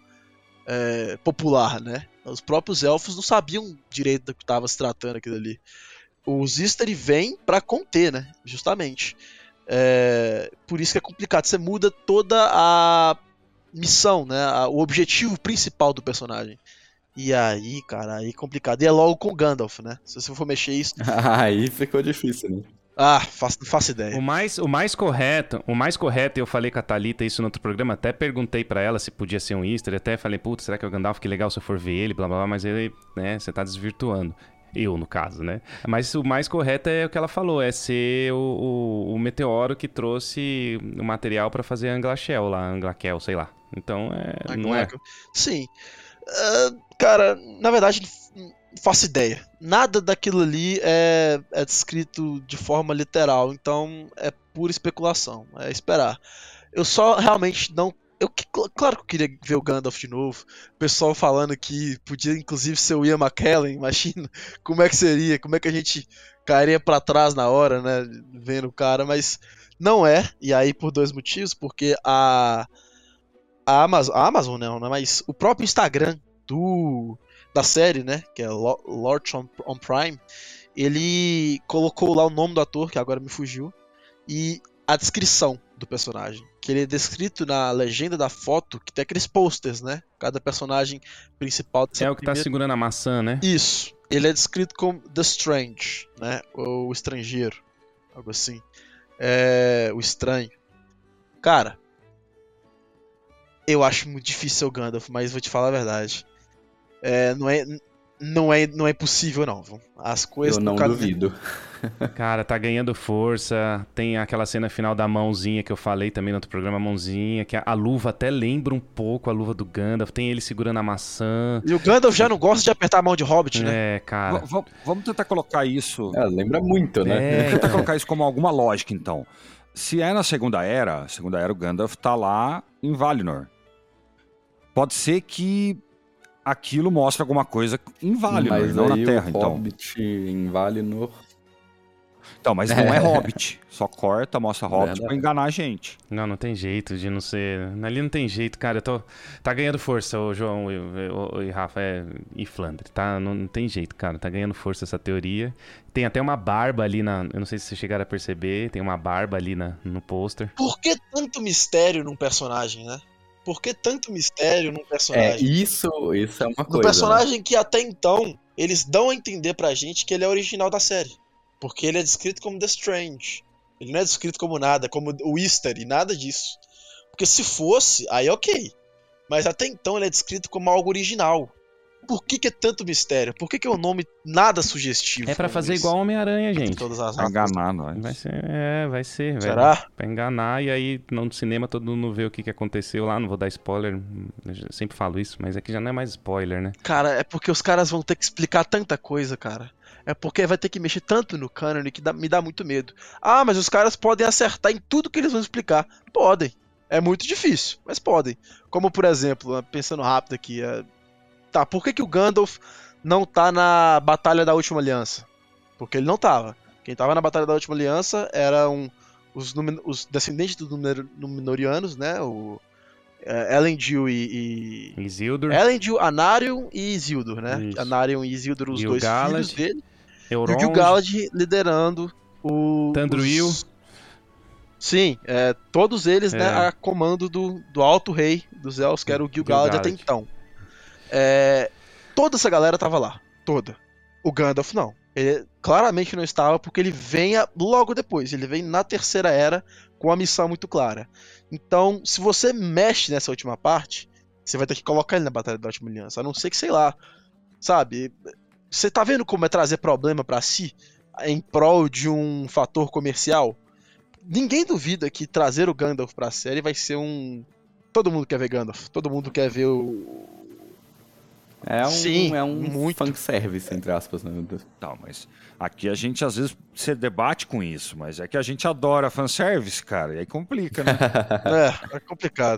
Speaker 4: é, popular, né? Os próprios elfos não sabiam direito do que estava se tratando aquilo ali. Os Istari vêm pra conter, né? Justamente. É, por isso que é complicado. Você muda toda a missão, né? a- o objetivo principal do personagem. E aí, cara, aí é complicado. E é logo com o Gandalf, né? Se você for mexer isso.
Speaker 3: Aí ficou difícil, né?
Speaker 4: Ah, faço, não faço ideia.
Speaker 1: O mais, o mais correto, o mais correto, eu falei com a Thalita isso no outro programa, até perguntei pra ela se podia ser um Easter, até falei, putz, será que é o Gandalf? Que legal se eu for ver ele, blá blá blá, mas ele, né, você tá desvirtuando. Eu, no caso, né? Mas o mais correto é o que ela falou, é ser o, o, o meteoro que trouxe o material pra fazer a Anglachel lá, Anglaquel, sei lá. Então, é, não é?
Speaker 4: Sim. Ah, cara, na verdade, não faço ideia. Nada daquilo ali é, é descrito de forma literal, então é pura especulação, é esperar. Eu só realmente não Eu, que- claro que eu queria ver o Gandalf de novo. O pessoal falando que podia inclusive ser o Ian McKellen. Imagina como é que seria, como é que a gente cairia pra trás na hora, né? Vendo o cara, mas não é. E aí por dois motivos, porque a, a Amazon, a Amazon não, né? Mas o próprio Instagram do da série, né? Que é Lo- Lord on, on Prime, ele colocou lá o nome do ator, que agora me fugiu, e a descrição do personagem, que ele é descrito na legenda da foto, que tem aqueles posters, né? Cada personagem principal dessa
Speaker 1: É o que tá
Speaker 4: primeira-
Speaker 1: segurando a maçã, né?
Speaker 4: Isso. Ele é descrito como The Strange, né? Ou o estrangeiro, algo assim. É... O estranho. Cara, eu acho muito difícil ser o Gandalf, mas vou te falar a verdade. É, não é, não é, não é impossível não. viu? As coisas
Speaker 3: Eu
Speaker 4: no
Speaker 3: não
Speaker 4: caminho-
Speaker 3: duvido.
Speaker 1: Cara, tá ganhando força. Tem aquela cena final da mãozinha que eu falei também no outro programa, a mãozinha, que a, a luva até lembra um pouco a luva do Gandalf. Tem ele segurando a maçã.
Speaker 4: E o Gandalf já não gosta de apertar a mão de Hobbit, né?
Speaker 1: É, cara.
Speaker 2: V- v- vamos tentar colocar isso.
Speaker 3: É, lembra muito, né?
Speaker 1: É,
Speaker 2: Tentar
Speaker 1: então.
Speaker 2: colocar isso como alguma lógica, então. Se é na Segunda Era, Segunda Era o Gandalf tá lá em Valinor. Pode ser que aquilo mostre alguma coisa em Valinor,
Speaker 3: Mas
Speaker 2: não na
Speaker 3: aí
Speaker 2: Terra,
Speaker 3: o
Speaker 2: então.
Speaker 3: Hobbit em Valinor...
Speaker 2: Então, mas não é Hobbit. Só corta, mostra Hobbit
Speaker 3: Verdade.
Speaker 2: pra enganar a gente.
Speaker 1: Não, não tem jeito de não ser. Ali não tem jeito, cara. Eu tô. Tá ganhando força, o João e, o- e Rafa é... e Flandre, tá? Não, não tem jeito, cara. Tá ganhando força essa teoria. Tem até uma barba ali na. Eu não sei se vocês chegaram a perceber. Tem uma barba ali na... no pôster.
Speaker 4: Por que tanto mistério num personagem, né? Por que tanto mistério num
Speaker 3: É,
Speaker 4: personagem?
Speaker 3: isso, isso é uma
Speaker 4: No
Speaker 3: coisa.
Speaker 4: personagem que até então eles dão a entender pra gente que ele é original da série. Porque ele é descrito como The Strange. Ele não é descrito como nada, como o Easter e nada disso. Porque se fosse, aí ok. Mas até então ele é descrito como algo original. Por que, que é tanto mistério? Por que, que é um nome nada sugestivo?
Speaker 1: É pra
Speaker 4: como
Speaker 1: fazer
Speaker 4: esse?
Speaker 1: igual Homem-Aranha,
Speaker 4: Entre
Speaker 1: gente.
Speaker 4: todas as
Speaker 2: Pra
Speaker 4: raças.
Speaker 2: enganar nós.
Speaker 1: Vai ser, é, vai ser. Vai,
Speaker 4: Será?
Speaker 1: Pra enganar, e aí no cinema todo mundo vê o que, que aconteceu lá. Não vou dar spoiler, eu já sempre falo isso, mas aqui já não é mais spoiler, né?
Speaker 4: Cara, é porque os caras vão ter que explicar tanta coisa, cara. É porque vai ter que mexer tanto no canon que dá- me dá muito medo. Ah, mas os caras podem acertar em tudo que eles vão explicar. Podem. É muito difícil, mas podem. Como, por exemplo, pensando rápido aqui. é, Tá, por que, que o Gandalf não tá na Batalha da Última Aliança? Porque ele não tava. Quem tava na Batalha da Última Aliança eram os, Númen- os descendentes dos Númenor- Númenóreanos, né? O é, Elendil e... e...
Speaker 1: Isildur,
Speaker 4: Elendil, Anarion e Isildur, né?
Speaker 1: Isso.
Speaker 4: Anarion e Isildur, os dois
Speaker 1: Gil-galad,
Speaker 4: filhos dele. E o
Speaker 1: Elrond,
Speaker 4: Gil-galad liderando o...
Speaker 1: Tandruil.
Speaker 4: os- Sim, é, todos eles,
Speaker 1: É.
Speaker 4: né, a comando do, do Alto Rei dos Elfos, que era o Gil-galad
Speaker 1: Gil-galad.
Speaker 4: até então. É, toda essa galera tava lá, toda. O Gandalf não. Ele claramente não estava porque ele vem a- logo depois, ele vem na Terceira Era com a missão muito clara. Então, se você mexe nessa última parte, você vai ter que colocar ele na Batalha da Última Aliança, a não ser que, sei lá, sabe? Você tá vendo como é trazer problema pra si em prol de um fator comercial? Ninguém duvida que trazer o Gandalf pra série vai ser um... Todo mundo quer ver Gandalf, todo mundo quer ver o...
Speaker 3: É um,
Speaker 4: Sim,
Speaker 3: é um
Speaker 4: muito.
Speaker 3: fanservice, entre aspas, né?
Speaker 2: Não, mas aqui a gente às vezes se debate com isso, mas é que a gente adora fanservice, cara, e aí complica, né?
Speaker 4: É, é complicado.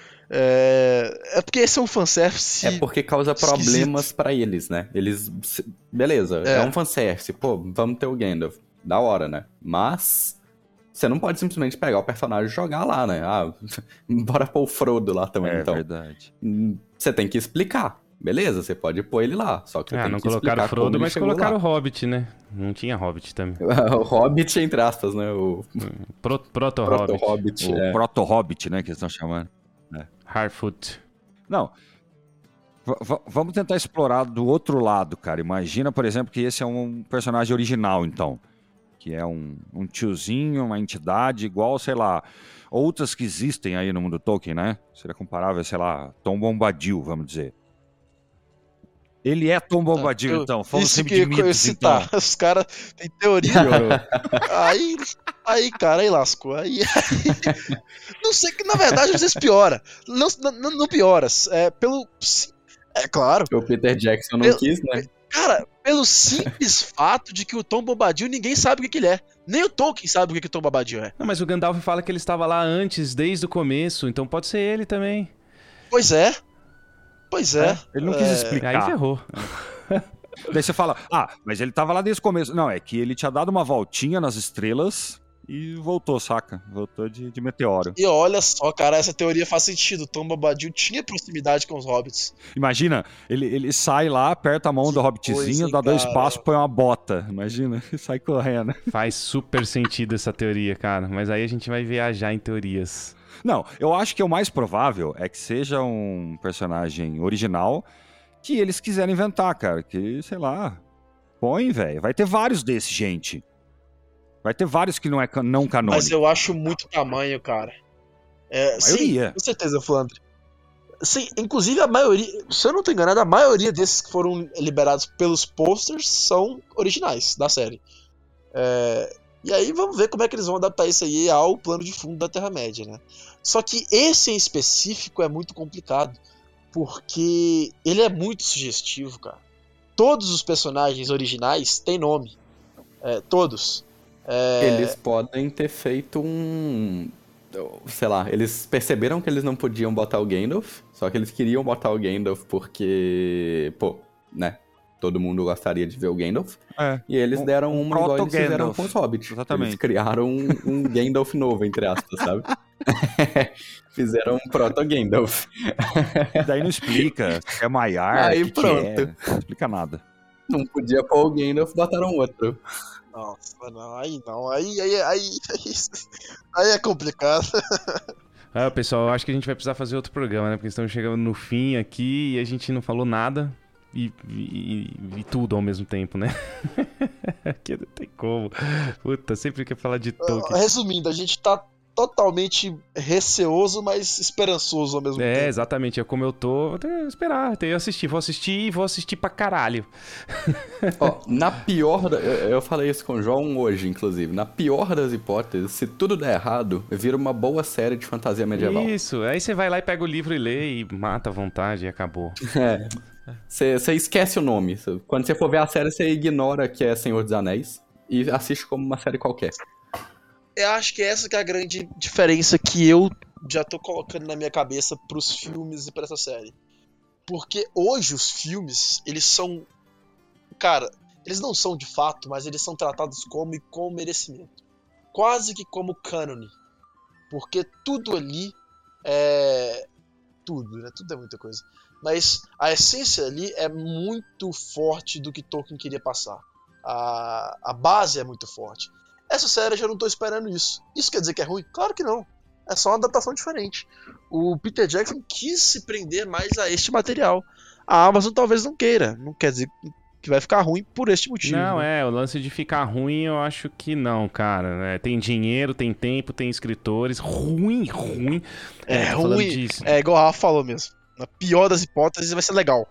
Speaker 4: É, é porque esse é um fanservice...
Speaker 3: É porque causa
Speaker 4: esquisito.
Speaker 3: problemas pra eles, né? Eles. Beleza, é.
Speaker 4: É.
Speaker 3: um fanservice. Pô, vamos ter o Gandalf. Da hora, né? Mas. Você não pode simplesmente pegar o personagem e jogar lá, né? Ah, bora pôr o Frodo lá também,
Speaker 2: É
Speaker 3: então.
Speaker 2: verdade.
Speaker 3: Hum, Você tem que explicar. Beleza, você pode pôr ele lá. Só que você
Speaker 1: Ah,
Speaker 3: tem
Speaker 1: não
Speaker 3: que
Speaker 1: colocaram o
Speaker 3: explicar como
Speaker 1: Frodo,
Speaker 3: ele
Speaker 1: mas
Speaker 3: chegou
Speaker 1: colocaram o
Speaker 3: lá.
Speaker 1: Hobbit, né? Não tinha Hobbit também.
Speaker 3: O Hobbit, entre aspas, né? O
Speaker 1: Pro, Proto-Hobbit.
Speaker 3: Proto-Hobbit.
Speaker 2: O
Speaker 3: é.
Speaker 2: proto-hobbit, né, que eles estão chamando.
Speaker 1: Harfoot.
Speaker 2: Não. V- v- vamos tentar explorar do outro lado, cara. Imagina, por exemplo, que esse é um personagem original, então. Que é um, um tiozinho, uma entidade igual, sei lá, outras que existem aí no mundo Tolkien, né? Seria comparável, sei lá, Tom Bombadil, vamos dizer. Ele é Tom Bombadil,
Speaker 4: Eu-
Speaker 2: então. Falando
Speaker 4: Isso
Speaker 2: sempre
Speaker 4: que
Speaker 2: de
Speaker 4: eu ia
Speaker 2: mitos, então.
Speaker 4: citar. Os caras têm teoria. aí, aí, cara, aí lascou. Aí, aí- não sei que, na verdade, às vezes piora. Não, não, não piora. É pelo. sim- É claro.
Speaker 3: O Peter Jackson não
Speaker 4: Eu-
Speaker 3: quis, né?
Speaker 4: Cara, pelo simples fato de que o Tom Bombadil ninguém sabe o que, que ele é. Nem o Tolkien sabe o que, que o Tom Bombadil é.
Speaker 1: Não, mas o Gandalf fala que ele estava lá antes, desde o começo, então pode ser ele também.
Speaker 4: Pois é. Pois é.
Speaker 2: É, ele não quis
Speaker 4: É,
Speaker 2: explicar.
Speaker 1: Aí ferrou.
Speaker 2: Daí você fala, ah, mas ele tava lá desde o começo. Não, é que ele tinha dado uma voltinha nas estrelas e voltou, saca? Voltou de, de meteoro.
Speaker 4: E olha só, cara, essa teoria faz sentido. O Tom Bombadil tinha proximidade com os hobbits.
Speaker 2: Imagina, ele, ele sai lá, aperta a mão
Speaker 4: Que
Speaker 2: do hobbitzinho,
Speaker 4: coisa,
Speaker 2: dá dois
Speaker 4: cara.
Speaker 2: passos, põe uma bota. Imagina, e sai correndo.
Speaker 1: Faz super sentido essa teoria, cara. Mas aí a gente vai viajar em teorias.
Speaker 2: Não, eu acho que o mais provável é que seja um personagem original que eles quiserem inventar, cara. Que, sei lá, põe, velho. Vai ter vários desses, gente. Vai ter vários que não é can- não canônico.
Speaker 4: Mas eu acho muito tamanho, cara. É,
Speaker 2: A maioria.
Speaker 4: Sim, com certeza, Flandre. Sim, inclusive a maioria, se eu não tô enganado, a maioria desses que foram liberados pelos posters são originais da série. É, e aí vamos ver como é que eles vão adaptar isso aí ao plano de fundo da Terra-média, né? Só que esse em específico é muito complicado, porque ele é muito sugestivo, cara. Todos os personagens originais têm nome. É, todos. É,
Speaker 3: Eles podem ter feito um... Sei lá, eles perceberam que eles não podiam botar o Gandalf, só que eles queriam botar o Gandalf porque, pô, né, todo mundo gostaria de ver o Gandalf.
Speaker 2: É.
Speaker 3: E eles
Speaker 2: Um-
Speaker 3: deram
Speaker 2: um
Speaker 3: uma igual eles fizeram
Speaker 2: proto-Gandalf.
Speaker 3: com os Hobbits.
Speaker 2: Exatamente.
Speaker 3: Eles criaram um, um Gandalf novo, entre aspas, sabe? Fizeram um proto-Gandalf.
Speaker 2: Daí não explica se é Maiar,
Speaker 3: Aí
Speaker 2: que que
Speaker 3: pronto.
Speaker 2: é, não explica nada.
Speaker 3: Não podia pôr o Gandalf, botaram outro.
Speaker 4: Nossa, não, aí não, aí, aí, aí, aí, aí é complicado.
Speaker 1: Ah, pessoal, eu acho que a gente vai precisar fazer outro programa, né? Porque estamos chegando no fim aqui e a gente não falou nada e, e- e tudo ao mesmo tempo, né? Aqui não tem como. Puta, sempre quer falar de Tolkien.
Speaker 4: Resumindo, a gente tá totalmente receoso, mas esperançoso ao mesmo
Speaker 1: É,
Speaker 4: tempo.
Speaker 1: exatamente. É como eu tô. Vou ter que esperar, ter assistir. Vou assistir e vou assistir pra caralho.
Speaker 3: Ó, na pior... da- Eu, eu falei isso com o João hoje, inclusive. Na pior das hipóteses, se tudo der errado, vira uma boa série de fantasia medieval.
Speaker 1: Isso. Aí você vai lá e pega o livro e lê e mata à vontade e acabou.
Speaker 3: É. Você esquece o nome. Quando você for ver a série, você ignora que é Senhor dos Anéis e assiste como uma série qualquer.
Speaker 4: Eu acho que essa que é a grande diferença que eu já tô colocando na minha cabeça pros filmes e pra essa série. Porque hoje os filmes, eles são... Cara, eles não são de fato, mas eles são tratados como e com merecimento. Quase que como cânone. Porque tudo ali é... Tudo, né? Tudo é muita coisa. Mas a essência ali é muito forte do que Tolkien queria passar. A, a base é muito forte. Essa série eu já não tô esperando isso. Isso quer dizer que é ruim? Claro que não. É só uma adaptação diferente. O Peter Jackson quis se prender mais a este material. A Amazon talvez não queira. Não quer dizer que vai ficar ruim por este motivo.
Speaker 1: Não,
Speaker 4: né?
Speaker 1: é, o lance de ficar ruim eu acho que não, cara. né? Tem dinheiro, tem tempo, tem escritores. Ruim, ruim.
Speaker 4: É,
Speaker 1: tô falando
Speaker 4: ruim.
Speaker 1: disso.
Speaker 4: É igual a Rafa falou mesmo. Na pior das hipóteses vai ser legal.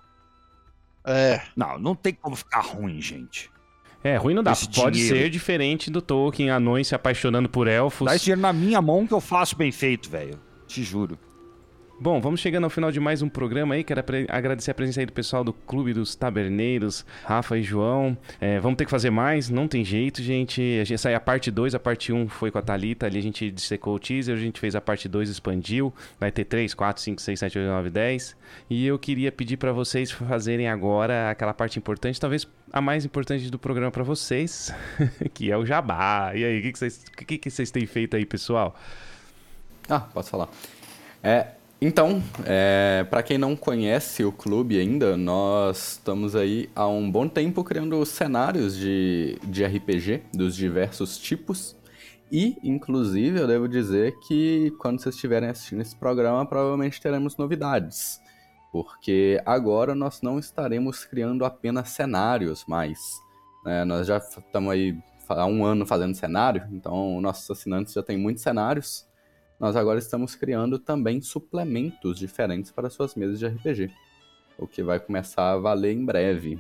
Speaker 4: É.
Speaker 2: Não, não tem como ficar ruim, gente.
Speaker 1: É, ruim não dá.
Speaker 2: Esse
Speaker 1: Pode
Speaker 2: dinheiro.
Speaker 1: ser diferente do Tolkien, anões se apaixonando por elfos.
Speaker 2: Dá esse dinheiro na minha mão que eu faço bem feito, velho. Te juro.
Speaker 1: Bom, vamos chegando ao final de mais um programa aí. Quero apre- agradecer a presença aí do pessoal do Clube dos Taberneiros, Rafa e João. É, vamos ter que fazer mais, não tem jeito, gente. A gente saiu a parte dois, a parte um foi com a Thalita, ali a gente dissecou o teaser, a gente fez a parte dois, expandiu. Vai ter três, quatro, cinco, seis, sete, oito, nove, dez. E eu queria pedir pra vocês fazerem agora aquela parte importante, talvez a mais importante do programa pra vocês, que é o jabá. E aí, o que, que, vocês, o que, que vocês têm feito aí, pessoal?
Speaker 3: Ah, posso falar. É, então, é, para quem não conhece o clube ainda, nós estamos aí há um bom tempo criando cenários de, de R P G dos diversos tipos. E, inclusive, eu devo dizer que quando vocês estiverem assistindo esse programa, provavelmente teremos novidades. Porque agora nós não estaremos criando apenas cenários mais. né? Nós já estamos aí há um ano fazendo cenário, então nossos assinantes já têm muitos cenários. Nós agora estamos criando também suplementos diferentes para suas mesas de R P G, o que vai começar a valer em breve.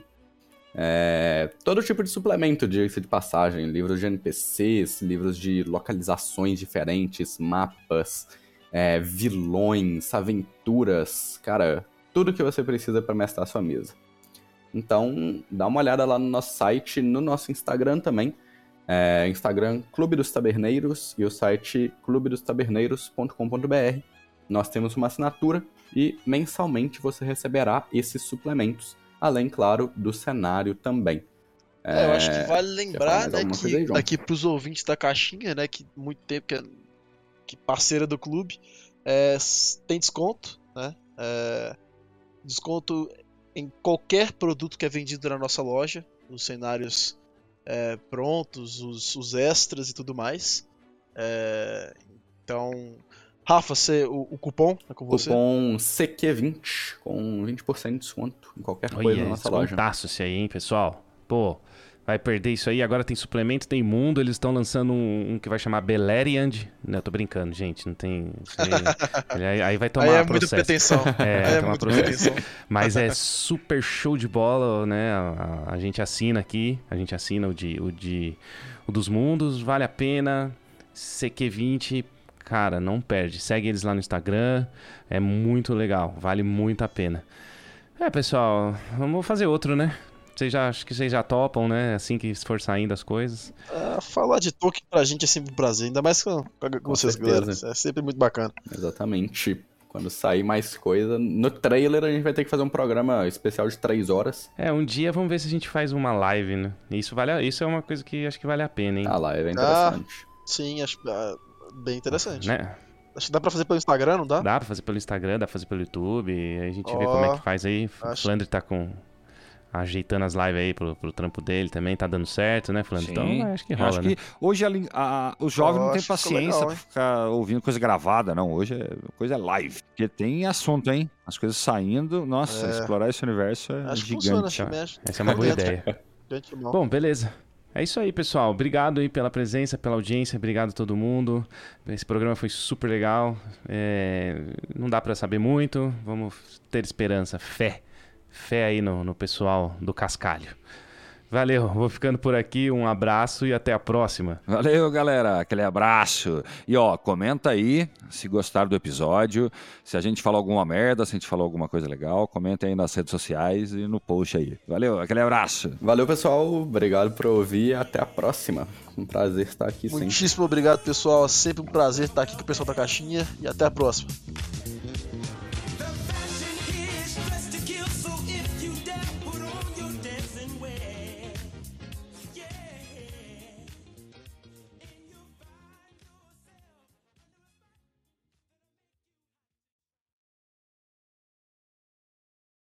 Speaker 3: É, todo tipo de suplemento, diga-se de passagem, livros de N P Cs, livros de localizações diferentes, mapas, é, vilões, aventuras, cara, tudo que você precisa para mestrar sua mesa. Então, dá uma olhada lá no nosso site, no nosso Instagram também, É, Instagram, Clube dos Taberneiros, e o site clube dos taberneiros ponto com ponto b r. Nós temos uma assinatura e mensalmente você receberá esses suplementos, além, claro, do cenário também.
Speaker 4: É, eu acho que vale lembrar, né, que
Speaker 3: aí,
Speaker 4: aqui pros ouvintes da caixinha, né, que muito tempo que é que parceira do clube, é, tem desconto, né? É, desconto em qualquer produto que é vendido na nossa loja, os cenários é, prontos, os, os extras e tudo mais. É, então, Rafa, você, o, o cupom é com você?
Speaker 3: Cupom C Q vinte, com vinte por cento de desconto em qualquer coisa
Speaker 1: Olha,
Speaker 3: na nossa loja.
Speaker 1: Descontaço esse aí, hein, pessoal? Pô, vai perder isso aí. Agora tem suplemento, tem mundo. Eles estão lançando um, um que vai chamar Beleriand. Não, eu tô brincando, gente. Não tem... Aí, aí, aí vai tomar
Speaker 4: aí é
Speaker 1: processo.
Speaker 4: muita pretensão.
Speaker 1: É,
Speaker 4: aí é
Speaker 1: tomar
Speaker 4: muita
Speaker 1: processo.
Speaker 4: pretensão.
Speaker 1: Mas é super show de bola, né? A, a, a gente assina aqui. A gente assina o de, o de... O dos mundos. Vale a pena. C Q vinte... Cara, não perde. Segue eles lá no Instagram. É muito legal. Vale muito a pena. É, pessoal. Vamos fazer outro, né? Vocês já, acho que vocês já topam, né? Assim que for saindo as coisas.
Speaker 4: Uh, falar de Tolkien pra gente é sempre um prazer. Ainda mais com, com, com vocês,
Speaker 3: certeza.
Speaker 4: galera. É sempre muito bacana.
Speaker 3: Exatamente. Quando sair mais coisa... No trailer a gente vai ter que fazer um programa especial de três horas.
Speaker 1: É, um dia vamos ver se a gente faz uma live, né? Isso, vale a, isso é uma coisa que acho que vale a pena, hein?
Speaker 3: A live é interessante.
Speaker 4: Ah, sim, acho uh, bem interessante.
Speaker 1: Né?
Speaker 4: Acho que dá pra fazer pelo Instagram, não dá?
Speaker 1: Dá pra fazer pelo Instagram, dá pra fazer pelo YouTube. Aí a gente
Speaker 4: Ó,
Speaker 1: vê como é que faz aí. O
Speaker 4: acho-
Speaker 1: Flandre tá com... ajeitando as lives aí pro, pro trampo dele também. Tá dando certo, né, Flandre?
Speaker 2: Sim.
Speaker 1: Então acho que
Speaker 2: Eu
Speaker 1: rola,
Speaker 2: acho
Speaker 1: né?
Speaker 2: que hoje a lin- a- os jovens
Speaker 4: Eu
Speaker 2: não têm
Speaker 4: acho que ficou
Speaker 2: paciência
Speaker 4: legal,
Speaker 2: pra
Speaker 4: hein?
Speaker 2: ficar ouvindo coisa gravada, não. Hoje é coisa é live. Porque tem assunto, hein? As coisas saindo. Nossa,
Speaker 4: É.
Speaker 2: explorar esse universo é
Speaker 4: Acho que funciona,
Speaker 2: gigante.
Speaker 4: acho que mexe.
Speaker 1: Essa é uma boa
Speaker 4: Dentro.
Speaker 1: ideia.
Speaker 4: Gente, irmão.
Speaker 1: Bom, beleza. É isso aí, pessoal. Obrigado aí pela presença, pela audiência. Obrigado a todo mundo. Esse programa foi super legal. É, Não dá pra saber muito. Vamos ter esperança, fé. Fé aí no, no pessoal do Cascalho. Valeu, vou ficando por aqui. Um abraço e até a próxima.
Speaker 2: Valeu, galera. Aquele abraço. E ó, comenta aí se gostaram do episódio. Se a gente falou alguma merda, se a gente falou alguma coisa legal, comenta aí nas redes sociais e no post aí. Valeu, aquele abraço.
Speaker 3: Valeu, pessoal. Obrigado por ouvir e até a próxima. Um prazer estar aqui sempre.
Speaker 4: Muitíssimo obrigado, pessoal. É sempre um prazer estar aqui com o pessoal da caixinha. E até a próxima.
Speaker 5: Fashion is dressed to kill, so if you dare put on your dancing wear.